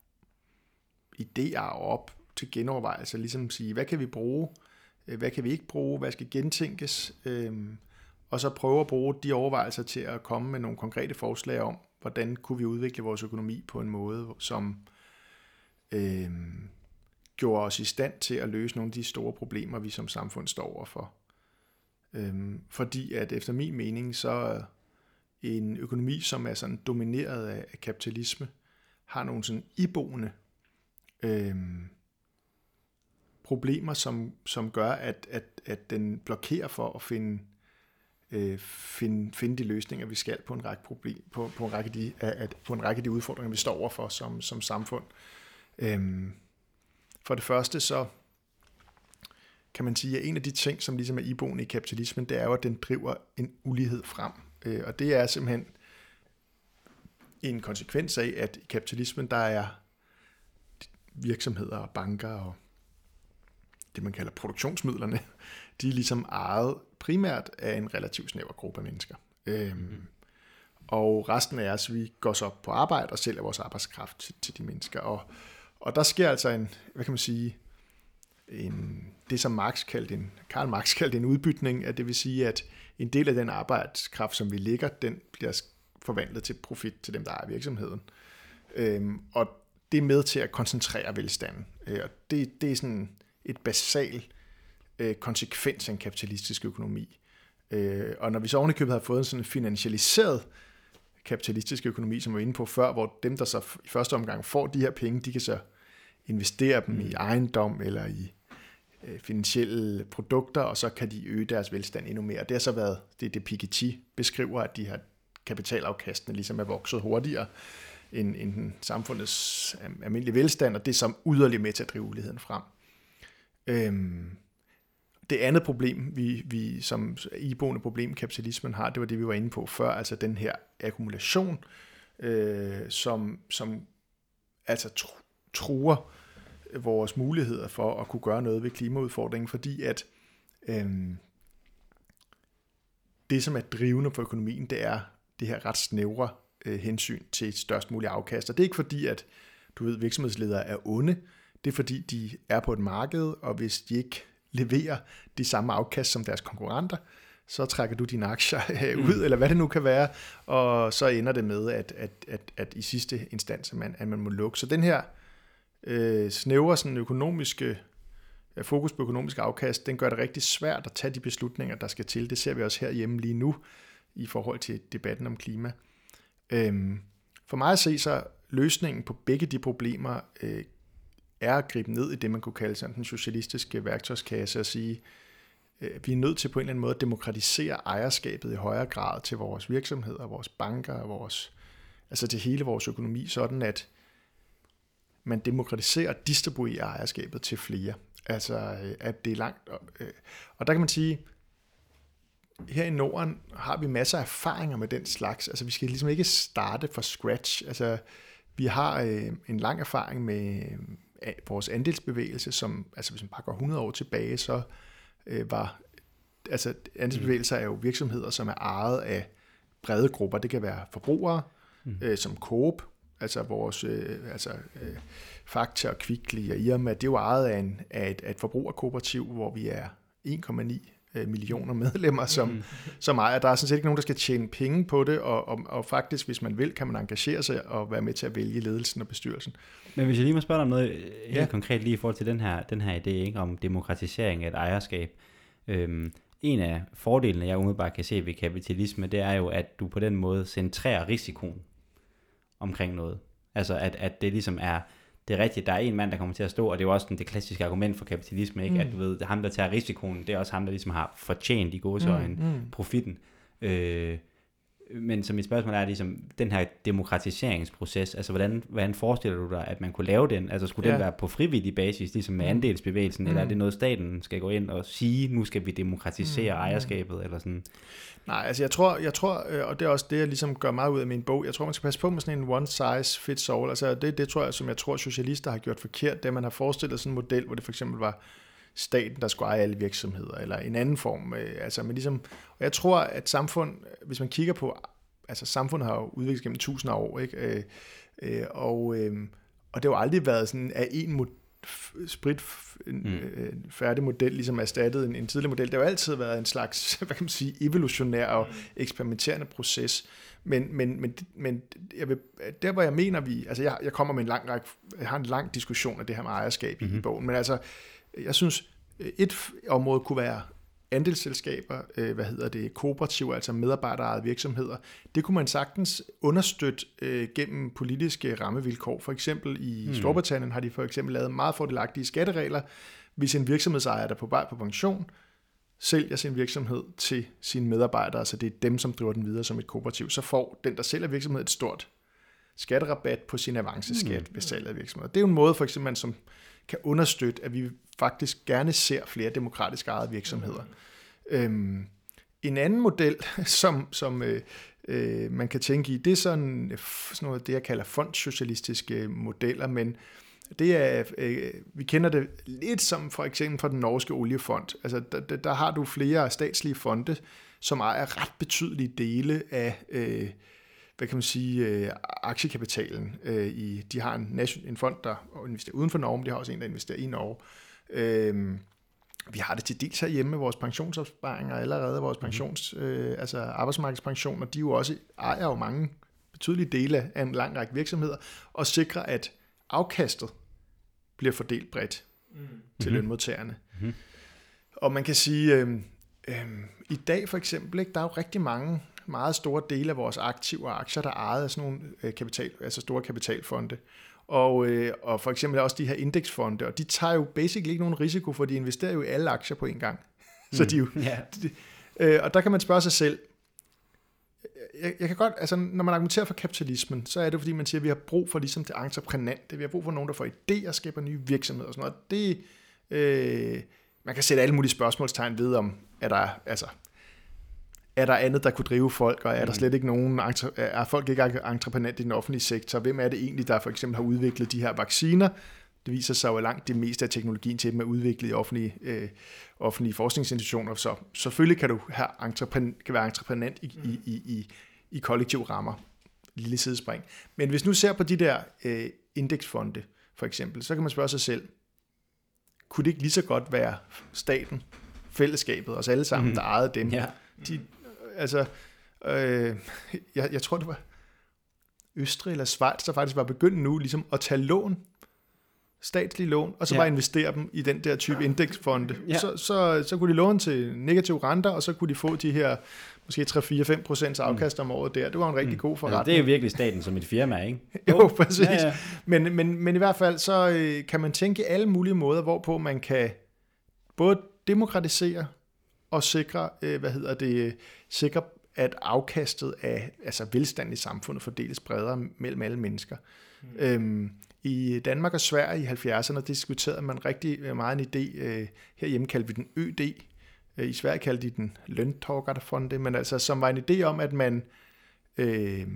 idéer op til genovervejelse, ligesom sige, hvad kan vi bruge, hvad kan vi ikke bruge, hvad skal gentænkes, øh, og så prøve at bruge de overvejelser til at komme med nogle konkrete forslag om, hvordan kunne vi udvikle vores økonomi på en måde, som øh, gjorde os i stand til at løse nogle af de store problemer, vi som samfund står overfor. Øhm, fordi at efter min mening, så en økonomi, som er sådan domineret af, af kapitalisme, har nogle sådan iboende øhm, problemer, som, som gør, at, at, at den blokerer for at finde, øh, finde, finde de løsninger, vi skal på en række, problem, på, på en række, de, at, på en række af de udfordringer, vi står overfor som, som samfund. Øhm, for det første så kan man sige, at en af de ting, som ligesom er iboende i kapitalismen, det er jo, at den driver en ulighed frem. Øh, og det er simpelthen en konsekvens af, at i kapitalismen, der er virksomheder og banker og det, man kalder produktionsmidlerne, de er ligesom ejet primært af en relativt snæver gruppe af mennesker. Øhm, mm. Og resten af os, vi går så op på arbejde og sælger vores arbejdskraft til, til de mennesker. Og, og der sker altså en, hvad kan man sige, en, det som Marx kaldte en, Karl Marx kaldte en udbytning, at det vil sige, at en del af den arbejdskraft, som vi lægger, den bliver forvandlet til profit til dem, der ejer virksomheden. Øhm, og det er med til at koncentrere velstanden. Øh, og det, det er sådan et basal øh, konsekvens af en kapitalistisk økonomi. Øh, og når vi så ovenikøbet har fået en sådan finansialiseret kapitalistisk økonomi, som vi var inde på før, hvor dem, der så i første omgang får de her penge, de kan så investere dem i ejendom eller i øh, finansielle produkter, og så kan de øge deres velstand endnu mere. Det har så været det, det Piketty beskriver, at de her kapitalafkastene ligesom er vokset hurtigere end, end den samfundets almindelige velstand, og det er som yderligere med til at drive uligheden frem. Øhm, det andet problem, vi, vi som iboende problem kapitalismen har, det var det, vi var inde på før, altså den her akkumulation, øh, som, som altså truer vores muligheder for at kunne gøre noget ved klimaudfordringen, fordi at øh, det, som er drivende for økonomien, det er det her ret snævre øh, hensyn til et størst muligt afkast. Og det er ikke fordi, at du ved, virksomhedsledere er onde, det er fordi, de er på et marked, og hvis de ikke leverer de samme afkast som deres konkurrenter, så trækker du dine aktier ud, mm. eller hvad det nu kan være, og så ender det med, at, at, at, at i sidste instans, at man, at man må lukke. Så den her øh, snævre sådan økonomiske fokus på økonomisk afkast, den gør det rigtig svært at tage de beslutninger, der skal til. Det ser vi også herhjemme lige nu, i forhold til debatten om klima. Øhm, for mig at se, så løsningen på begge de problemer øh, er at gribe ned i det, man kunne kalde sådan den socialistiske værktøjskasse, og sige, øh, vi er nødt til på en eller anden måde at demokratisere ejerskabet i højere grad til vores virksomheder, vores banker, vores, altså til hele vores økonomi, sådan at man demokratiserer og distribuerer ejerskabet til flere. Altså, øh, at det er langt. Øh, og der kan man sige, her i Norden har vi masser af erfaringer med den slags. Altså, vi skal ligesom ikke starte fra scratch. Altså, vi har øh, en lang erfaring med øh, vores andelsbevægelse, som, altså hvis man bare går hundrede år tilbage, så øh, var, altså andelsbevægelser er jo virksomheder, som er ejet af brede grupper. Det kan være forbrugere, mm. øh, som Coop, altså vores, øh, altså øh, Fakta og Kvickly og Irma, det er jo ejet af, en, af, et, af et forbrugerkooperativ, hvor vi er en komma ni millioner medlemmer, som, mm. som ejer. Der er sådan set ikke nogen, der skal tjene penge på det, og, og, og faktisk, hvis man vil, kan man engagere sig og være med til at vælge ledelsen og bestyrelsen. Men hvis jeg lige må spørge dig om noget helt ja. konkret lige i forhold til den her, den her idé, ikke, om demokratisering af et ejerskab. Øhm, en af fordelene, jeg umiddelbart kan se ved kapitalisme, det er jo, at du på den måde centrerer risikoen omkring noget. Altså, at, at det ligesom er det er rigtigt, der er en mand, der kommer til at stå, og det er jo også den, det klassiske argument for kapitalisme, ikke? Mm. At du ved, ham, der tager risikoen, det er også ham, der ligesom har fortjent i gåseøjne mm. mm. profitten. Øh, men så mit spørgsmål er ligesom, den her demokratiseringsproces, altså hvordan, hvordan forestiller du dig, at man kunne lave den? Altså skulle ja. den være på frivillig basis, ligesom med andelsbevægelsen, mm. eller er det noget, staten skal gå ind og sige, nu skal vi demokratisere mm. ejerskabet, eller sådan? Nej, altså jeg tror, jeg tror, og det er også det, jeg ligesom gør meget ud af min bog, jeg tror, man skal passe på med sådan en one size fits all. Altså det, det tror jeg, som jeg tror, socialister har gjort forkert, det man har forestillet sådan en model, hvor det for eksempel var staten, der skulle eje alle virksomheder, eller en anden form. Altså, men ligesom, og jeg tror, at samfund, hvis man kigger på, altså samfundet har jo udviklet gennem tusinder af år, ikke? Øh, øh, og, øh, og det har jo aldrig været sådan, at en mod, sprit en, øh, færdig model ligesom erstattet en, en tidlig model. Det har jo altid været en slags, hvad kan man sige, evolutionær og eksperimenterende proces. Men, men, men, men jeg vil, der hvor jeg mener vi, altså jeg, jeg kommer med en lang række, jeg har en lang diskussion af det her med ejerskab mm-hmm. i bogen, men altså jeg synes, et område kunne være andelsselskaber, øh, hvad hedder det, kooperativer, altså medarbejderejede virksomheder. Det kunne man sagtens understøtte øh, gennem politiske rammevilkår. For eksempel i mm. Storbritannien har de for eksempel lavet meget fordelagtige skatteregler, hvis en virksomhedsejer, der er på vej på pension, sælger sin virksomhed til sine medarbejdere, så det er dem, som driver den videre som et kooperativ, så får den, der sælger virksomheden, et stort skatterabat på sin avanceskat mm. ved salget af virksomheder. Det er jo en måde, for eksempel, man som kan understøtte, at vi faktisk gerne ser flere demokratisk ejede virksomheder. Mm. Øhm, en anden model, som, som øh, øh, man kan tænke i, det er sådan, sådan noget, det, jeg kalder fondssocialistiske modeller, men det er, øh, vi kender det lidt som for eksempel fra den norske oliefond. Altså, der, der, der har du flere statslige fonde, som ejer ret betydelige dele af, øh, hvad kan man sige, øh, aktiekapitalen. Øh, i, de har en, nation, en fond, der investerer uden for Norge, men de har også en, der investerer i Norge. Øh, vi har det til dels herhjemme med vores pensionsopsparinger allerede, vores pensions, øh, altså arbejdsmarkedspensioner, de jo også ejer jo mange betydelige dele af en lang række virksomheder, og sikrer, at afkastet bliver fordelt bredt mm. til mm-hmm. lønmodtagerne. Mm-hmm. Og man kan sige, øh, øh, i dag for eksempel, ikke, der er jo rigtig mange meget store dele af vores aktiver og aktier, der er ejet af sådan nogle øh, kapital, altså store kapitalfonde. Og, øh, og for eksempel også de her indeksfonde, og de tager jo basically ikke nogen risiko, for de investerer jo i alle aktier på en gang. Mm. Så de jo, yeah. de, øh, og der kan man spørge sig selv, Jeg, jeg kan godt, altså når man argumenterer for kapitalismen, så er det fordi man siger, at vi har brug for ligesom det entreprenante, vi har brug for nogen, der får idéer og skaber nye virksomheder og sådan noget. Det, øh, man kan sætte alle mulige spørgsmålstegn ved om, er der, altså, er der andet, der kunne drive folk, og er der slet ikke nogen, er folk ikke entreprenante i den offentlige sektor? Hvem er det egentlig, der for eksempel har udviklet de her vacciner? Det viser sig jo, at langt det meste af teknologien til dem er udviklet i offentlige, øh, offentlige forskningsinstitutioner, så selvfølgelig kan du have entrepren- kan være entreprenant i, i, i, i, i kollektive rammer. Lille sidespring. Men hvis nu ser på de der øh, indeksfonde, for eksempel, så kan man spørge sig selv, kunne det ikke lige så godt være staten, fællesskabet, os alle sammen, mm. der ejede dem? Ja. De, altså, øh, jeg, jeg tror, det var Østrig eller Schweiz, der faktisk var begyndt nu ligesom at tage lån, statslige lån, og så ja. bare investere dem i den der type indeksfonde. Ja. Så, så, så kunne de låne til negative renter, og så kunne de få de her måske tre fire fem procent afkast om året der. Det var en rigtig mm. god forretning. Altså, det er jo virkelig staten som et firma, ikke? Jo, præcis. Ja, ja. Men, men, men i hvert fald, så øh, kan man tænke alle mulige måder, hvorpå man kan både demokratisere og sikre, øh, hvad hedder det, sikre, at afkastet af altså velstand i samfundet fordeles bredere mellem alle mennesker. Mm. Øhm, I Danmark og Sverige i halvfjerdserne diskuterede man rigtig meget en idé, øh, herhjemme kaldte vi den Ø D, øh, i Sverige kaldte de den Löntagarfonde, men altså som var en idé om, at man øh,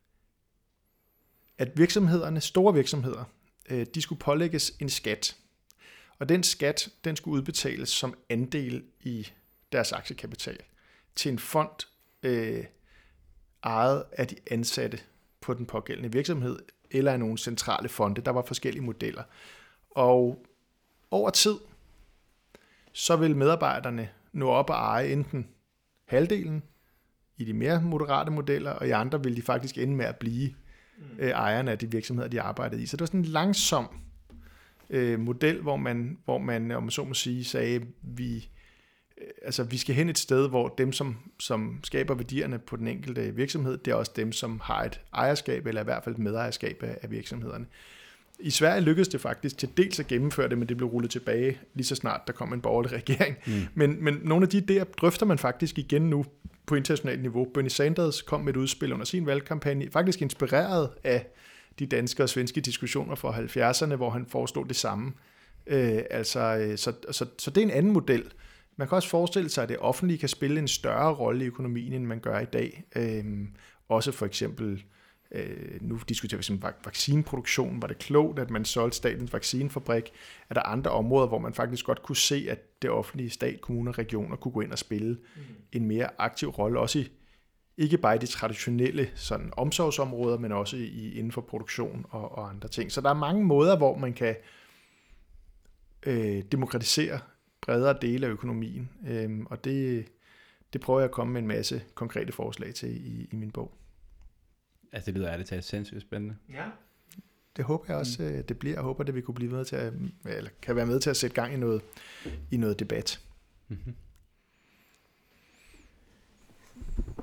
at virksomhederne, store virksomheder, øh, de skulle pålægges en skat, og den skat, den skulle udbetales som andel i deres aktiekapital til en fond øh, ejet af de ansatte på den pågældende virksomhed, eller af nogle centrale fonde. Der var forskellige modeller. Og over tid, så vil medarbejderne nå op og eje enten halvdelen i de mere moderate modeller, og i andre vil de faktisk ende med at blive øh, ejerne af de virksomheder, de arbejdede i. Så det var sådan en langsom øh, model, hvor man, hvor man, om man så må sige, sagde, vi altså vi skal hen et sted, hvor dem, som, som skaber værdierne på den enkelte virksomhed, det er også dem, som har et ejerskab, eller i hvert fald et medejerskab af, af virksomhederne. I Sverige lykkedes det faktisk til dels at gennemføre det, men det blev rullet tilbage lige så snart der kom en borgerlig regering. Mm. Men, men nogle af de idéer drøfter man faktisk igen nu på internationalt niveau. Bernie Sanders kom med et udspil under sin valgkampagne, faktisk inspireret af de danske og svenske diskussioner fra halvfjerdserne, hvor han foreslog det samme. Øh, altså, så, så, så det er en anden model. Man kan også forestille sig, at det offentlige kan spille en større rolle i økonomien, end man gør i dag. Øhm, også for eksempel, øh, nu diskuterer vi som vaccineproduktion, var det klogt, at man solgte statens vaccinefabrik? Er der andre områder, hvor man faktisk godt kunne se, at det offentlige, stat, kommuner og regioner kunne gå ind og spille mm. en mere aktiv rolle, også i, ikke bare i de traditionelle sådan, omsorgsområder, men også i, inden for produktion og, og andre ting. Så der er mange måder, hvor man kan øh, demokratisere bredere dele af økonomien, øhm, og det, det prøver jeg at komme med en masse konkrete forslag til i, i min bog. Altså det lyder ærligt talt sindssygt spændende. Ja. Det håber jeg også, mm. det bliver. Jeg håber, det vi kunne blive med til at, eller kan være med til at sætte gang i noget, i noget debat. Mm-hmm.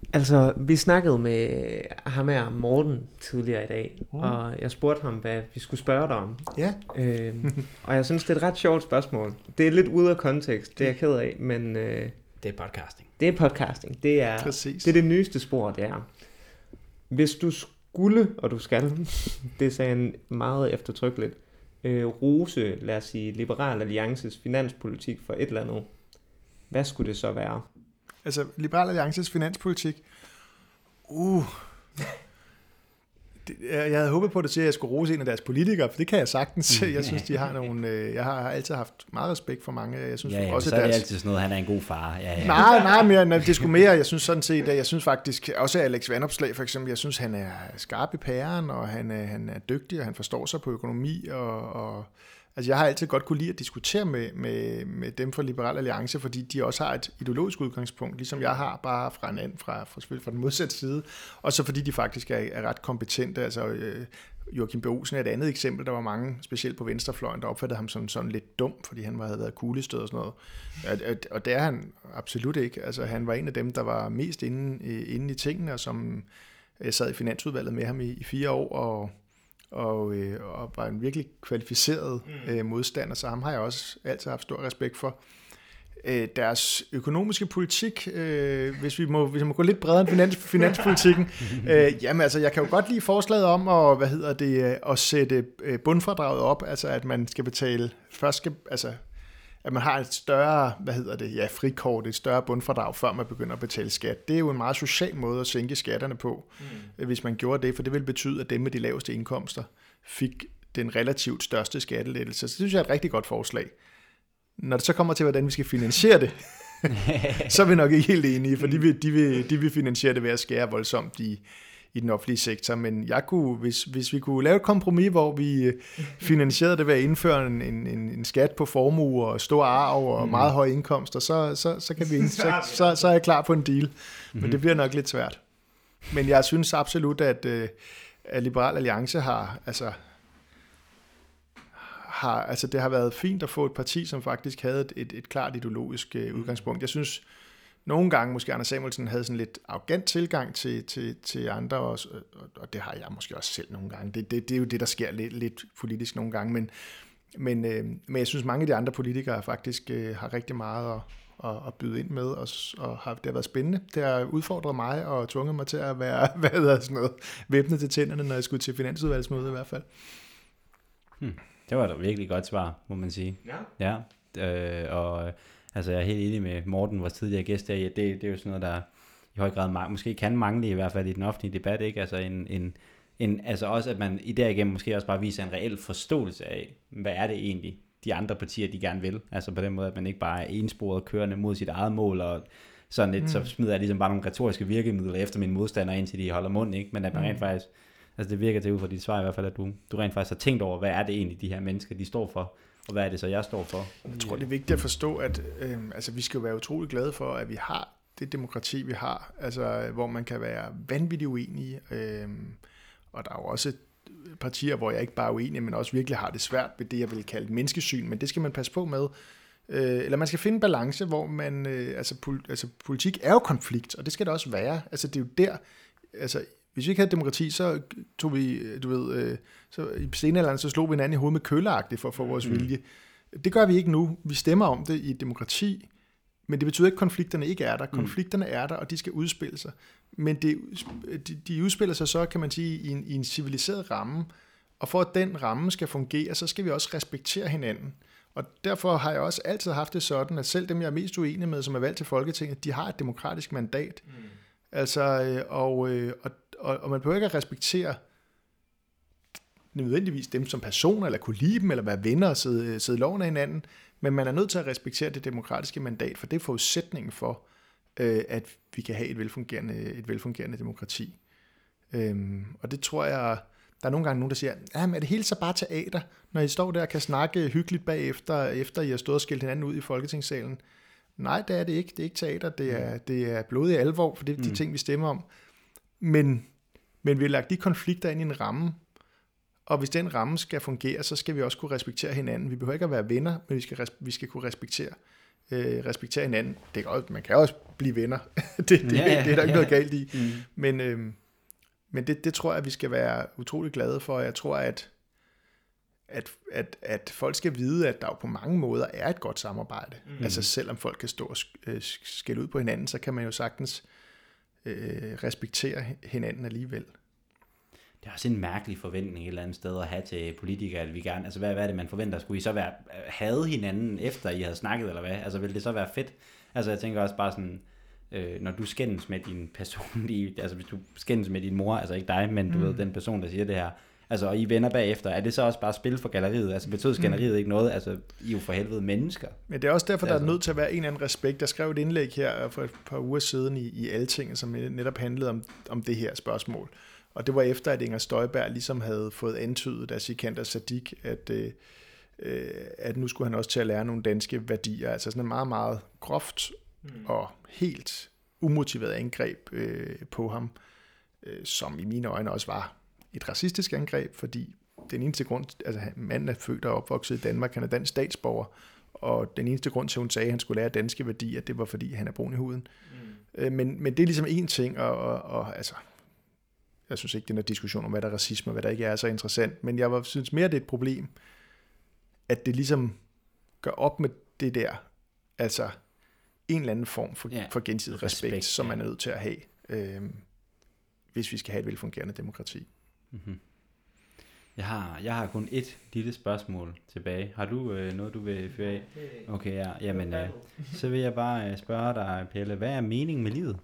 Altså, vi snakkede med ham her, Morten, tidligere i dag, Mm. og jeg spurgte ham, hvad vi skulle spørge dig om. Ja. øhm, og jeg synes, det er et ret sjovt spørgsmål. Det er lidt ude af kontekst, det er jeg ked af, men øh, Det er podcasting. det er podcasting. Det er, Præcis. det er det nyeste spor, det er. Hvis du skulle, og du skal, det sagde han meget eftertrykkeligt, øh, rose, lad os sige, Liberal Alliances finanspolitik for et eller andet, hvad skulle det så være? Altså, Liberal Alliances finanspolitik. Uh. Det, jeg jeg havde håbet på det til, at jeg skulle rose en af deres politikere, for det kan jeg sagtens. Jeg synes, de har nogle... øh, Jeg har altid haft meget respekt for mange. Jeg synes Ja, ja, også, så er det deres... altid sådan noget, han er en god far. Ja, ja. Nej, nej, mere, nej, det er sgu mere. Jeg synes sådan set, at jeg synes faktisk, også Alex Vanopslagh for eksempel, jeg synes, han er skarp i pæren, og han er, han er dygtig, og han forstår sig på økonomi, og, og altså jeg har altid godt kunne lide at diskutere med, med, med dem fra Liberal Alliance, fordi de også har et ideologisk udgangspunkt, ligesom jeg har, bare fra en anden, fra, fra, fra den modsatte side, og så fordi de faktisk er, er ret kompetente. Altså øh, Joachim B. Olsen er et andet eksempel. Der var mange, specielt på venstrefløjen, der opfattede ham som sådan lidt dum, fordi han havde været kuglestød og sådan noget. Og, og det er han absolut ikke. Altså han var en af dem, der var mest inde, inde i tingene, og som jeg sad i finansudvalget med ham i, i fire år, og Og, øh, og var en virkelig kvalificeret øh, modstander, så ham har jeg også altid haft stor respekt for. Øh, deres økonomiske politik, øh, hvis vi må, hvis vi må gå lidt bredere end finans, finanspolitikken, øh, jamen altså, jeg kan jo godt lide forslaget om at, hvad hedder det, at sætte bundfradraget op, altså at man skal betale, først skal, altså at man har et større, hvad hedder det, ja, frikort, et større bundfradrag, før man begynder at betale skat. Det er jo en meget social måde at sænke skatterne på, mm. hvis man gjorde det, for det vil betyde, at dem med de laveste indkomster fik den relativt største skattelettelse. Så det synes jeg er et rigtig godt forslag. Når det så kommer til, hvordan vi skal finansiere det, så er vi nok ikke helt enige, for de vil, de vil, de vil finansiere det ved at skære voldsomt i, i den offentlige sektor, men jeg kunne, hvis, hvis vi kunne lave et kompromis, hvor vi finansierede det ved at indføre en, en, en skat på formue og stor arv og mm. meget høje indkomster, så, så, så, kan vi, så, så, så er jeg klar på en deal. Men mm-hmm. det bliver nok lidt svært. Men jeg synes absolut, at, at Liberal Alliance har, altså, har, altså det har været fint at få et parti, som faktisk havde et, et, et klart ideologisk udgangspunkt. Jeg synes, nogle gange måske Anders Samuelsen havde sådan lidt arrogant tilgang til, til, til andre, og, og det har jeg måske også selv nogle gange. Det, det, det er jo det, der sker lidt, lidt politisk nogle gange, men, men, øh, men jeg synes, mange af de andre politikere faktisk øh, har rigtig meget at, at, at byde ind med, og, og har, det har været spændende. Det har udfordret mig og tvunget mig til at være hvad hedder sådan noget, væbnet til tænderne, når jeg skulle til finansudvalgsmøde i hvert fald. Hmm. Det var da virkelig godt svar, må man sige. Ja. Ja, øh, og altså jeg er helt enig med Morten, vores tidligere gæst der, det, det er jo sådan noget, der i høj grad måske kan mangle i hvert fald i den offentlige debat, ikke? Altså en, en, en altså også at man i derigennem måske også bare viser en reel forståelse af, hvad er det egentlig de andre partier, de gerne vil. Altså på den måde, at man ikke bare er ensporet kørende mod sit eget mål, og sådan lidt, mm. så smider jeg ligesom bare nogle retoriske virkemidler efter mine modstandere, indtil de holder mund, ikke? Men at man rent faktisk, altså det virker til ud fra dit svar i hvert fald, at du, du rent faktisk har tænkt over, hvad er det egentlig de her mennesker, de står for, og hvad er det så, jeg står for? Jeg tror, det er vigtigt at forstå, at øh, altså, vi skal jo være utrolig glade for, at vi har det demokrati, vi har, altså, hvor man kan være vanvittigt uenige. Øh, og der er jo også partier, hvor jeg ikke bare er uenig, men også virkelig har det svært ved det, jeg vil kalde menneskesyn, men det skal man passe på med. Øh, eller man skal finde en balance, hvor man, øh, altså, pol- altså politik er jo konflikt, og det skal det også være. Altså det er jo der, altså hvis vi ikke havde demokrati, så tog vi, du ved, øh, så i senalderen, så slog vi hinanden i hovedet med køleagtigt for at få vores mm. vilje. Det gør vi ikke nu. Vi stemmer om det i et demokrati, men det betyder ikke, at konflikterne ikke er der. Konflikterne er der, og de skal udspille sig. Men det, de, de udspiller sig så, kan man sige, i en, i en civiliseret ramme, og for at den ramme skal fungere, så skal vi også respektere hinanden. Og derfor har jeg også altid haft det sådan, at selv dem, jeg er mest uenig med, som er valgt til Folketinget, de har et demokratisk mandat. Mm. Altså, og, og, og, og man behøver ikke at respektere nødvendigvis dem som personer, eller kunne lide dem, eller være venner og sidde, sidde loven af hinanden, men man er nødt til at respektere det demokratiske mandat, for det er forudsætningen for, øh, at vi kan have et velfungerende, et velfungerende demokrati. Øhm, og det tror jeg, der er nogle gange nogen, der siger, ja, men er det hele så bare teater, når I står der og kan snakke hyggeligt bagefter, efter I har stået og skældt hinanden ud i Folketingssalen? Nej, det er det ikke. Det er ikke teater, det er, det er blodig alvor, for det er de mm. ting, vi stemmer om. Men, men vi har lagt de konflikter ind i en ramme, og hvis den ramme skal fungere, så skal vi også kunne respektere hinanden. Vi behøver ikke at være venner, men vi skal, vi skal kunne respektere øh, respektere hinanden. Det kan også, man kan også blive venner. det, det, Ja, ja, det er der ikke ja. noget galt i. Mm. Men, øh, men det, det tror jeg, vi skal være utrolig glade for. Jeg tror, at, at, at, at folk skal vide, at der jo på mange måder er et godt samarbejde. Mm. Altså selvom folk kan stå og skælde ud på hinanden, så kan man jo sagtens øh, respektere hinanden alligevel. Det er også en mærkelig forventning et eller andet sted at have til politikere, at vi gerne, altså hvad, hvad er det, man forventer? Skulle I så være, hade hinanden efter I havde snakket, eller hvad? Altså vil det så være fedt? Altså jeg tænker også bare sådan, øh, når du skændes med din personlige, altså hvis du skændes med din mor, altså ikke dig, men du mm. ved, den person, der siger det her, altså og I venner bagefter, er det så også bare spil for galleriet? Altså betød skænderiet mm. ikke noget? Altså I er jo for helvede mennesker. Men det er også derfor, der altså. er nødt til at være en eller anden respekt. Jeg skrev et indlæg her for et par uger siden i, i Altinget, som netop handlede om, om det her spørgsmål. Og det var efter, at Inger Støjberg ligesom havde fået antydet af Sikander Siddique, at, øh, at nu skulle han også til at lære nogle danske værdier. Altså sådan en meget, meget groft mm. og helt umotiveret angreb øh, på ham, øh, som i mine øjne også var et racistisk angreb, fordi den eneste grund, altså manden er født og opvokset i Danmark, han er dansk statsborger, og den eneste grund til, at hun sagde, at han skulle lære danske værdier, det var, fordi han er brun i huden. Mm. Øh, men, men det er ligesom en ting, og, og, og altså... Jeg synes ikke, den her diskussion om, hvad der er racisme og hvad der ikke er, er så interessant. Men jeg synes mere, det er et problem, at det ligesom gør op med det der, altså en eller anden form for, ja, for gensidig respekt, respekt, som man er nødt til at have, øh, hvis vi skal have et velfungerende demokrati. Mm-hmm. Jeg har, jeg har kun et lille spørgsmål tilbage. Har du øh, noget, du vil føre af? Okay, ja. Jamen, øh, så vil jeg bare øh, spørge dig, Pelle, hvad er meningen med livet?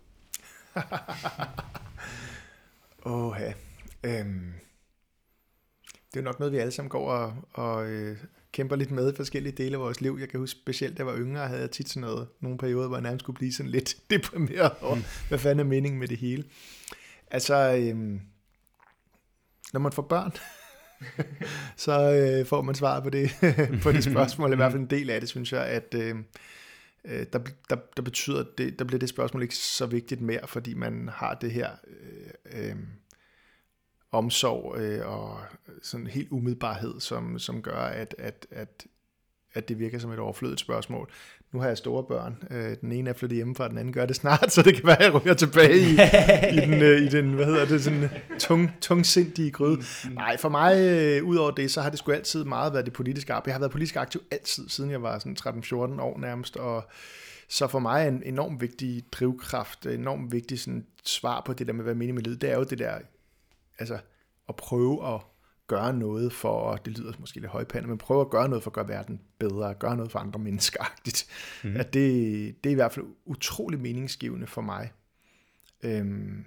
Åh, ja. Øhm, det er jo nok noget, vi alle sammen går og, og øh, kæmper lidt med i forskellige dele af vores liv. Jeg kan huske specielt, da jeg var yngre, havde jeg tit sådan noget, nogle perioder, hvor jeg nærmest skulle blive sådan lidt deprimeret over, mm. hvad fanden er meningen med det hele. Altså, øhm, når man får børn, så øh, får man svaret på det, på det spørgsmål, i hvert fald en del af det, synes jeg, at øh, der, der, der betyder det, der bliver det spørgsmål ikke så vigtigt mere, fordi man har det her øh, øh, omsorg øh, og sådan helt umiddelbarhed, som, som gør, at, at, at, at det virker som et overflødigt spørgsmål. Nu har jeg store børn. Øh, den ene er flyttet hjemmefra, den anden gør det snart, så det kan være, at jeg ryger tilbage i, i, den, øh, i den, hvad hedder det, sådan tung, tungsindige gryde. Nej, for mig, øh, ud over det, så har det sgu altid meget været det politiske arbejde. Jeg har været politisk aktiv altid, siden jeg var sådan tretten fjorten år nærmest, og så for mig er en enormt vigtig drivkraft, enormt vigtig sådan svar på det der med, hvad meningen med livet, det er jo det der, altså at prøve at gøre noget for, det lyder måske lidt højpandet, men prøve at gøre noget for at gøre verden bedre, gøre noget for andre menneskeagtigt. Mm. At det, det er i hvert fald utrolig meningsgivende for mig. Øhm,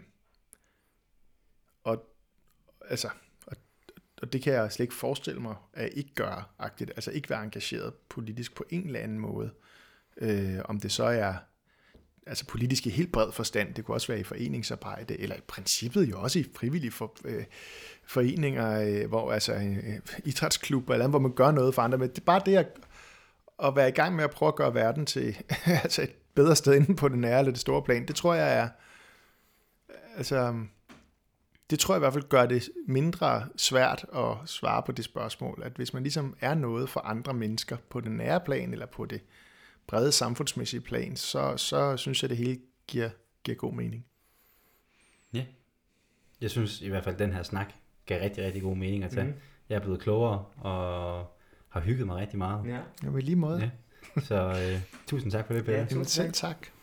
og altså, og, og det kan jeg slet ikke forestille mig, at ikke gøre agtigt, altså ikke være engageret politisk på en eller anden måde. Øh, om det så er altså politisk i helt bred forstand, det kunne også være i foreningsarbejde, eller i princippet jo også i frivillige for, øh, foreninger, øh, hvor altså øh, idrætsklubber, eller andet, hvor man gør noget for andre, men det er bare det at, at være i gang med at prøve at gøre verden til altså et bedre sted inde på det nære eller det store plan, det tror jeg er, altså, det tror jeg i hvert fald gør det mindre svært at svare på det spørgsmål, at hvis man ligesom er noget for andre mennesker på det nære plan, eller på det brede samfundsmæssige plan, så, så synes jeg, det hele giver, giver god mening. Ja. Jeg synes i hvert fald, at den her snak gav rigtig, rigtig god mening at tage. Mm. Jeg er blevet klogere og har hygget mig rigtig meget. Ja, ja, med lige måde. Ja. Så øh, tusind tak for det, Pelle. Ja, selv tak.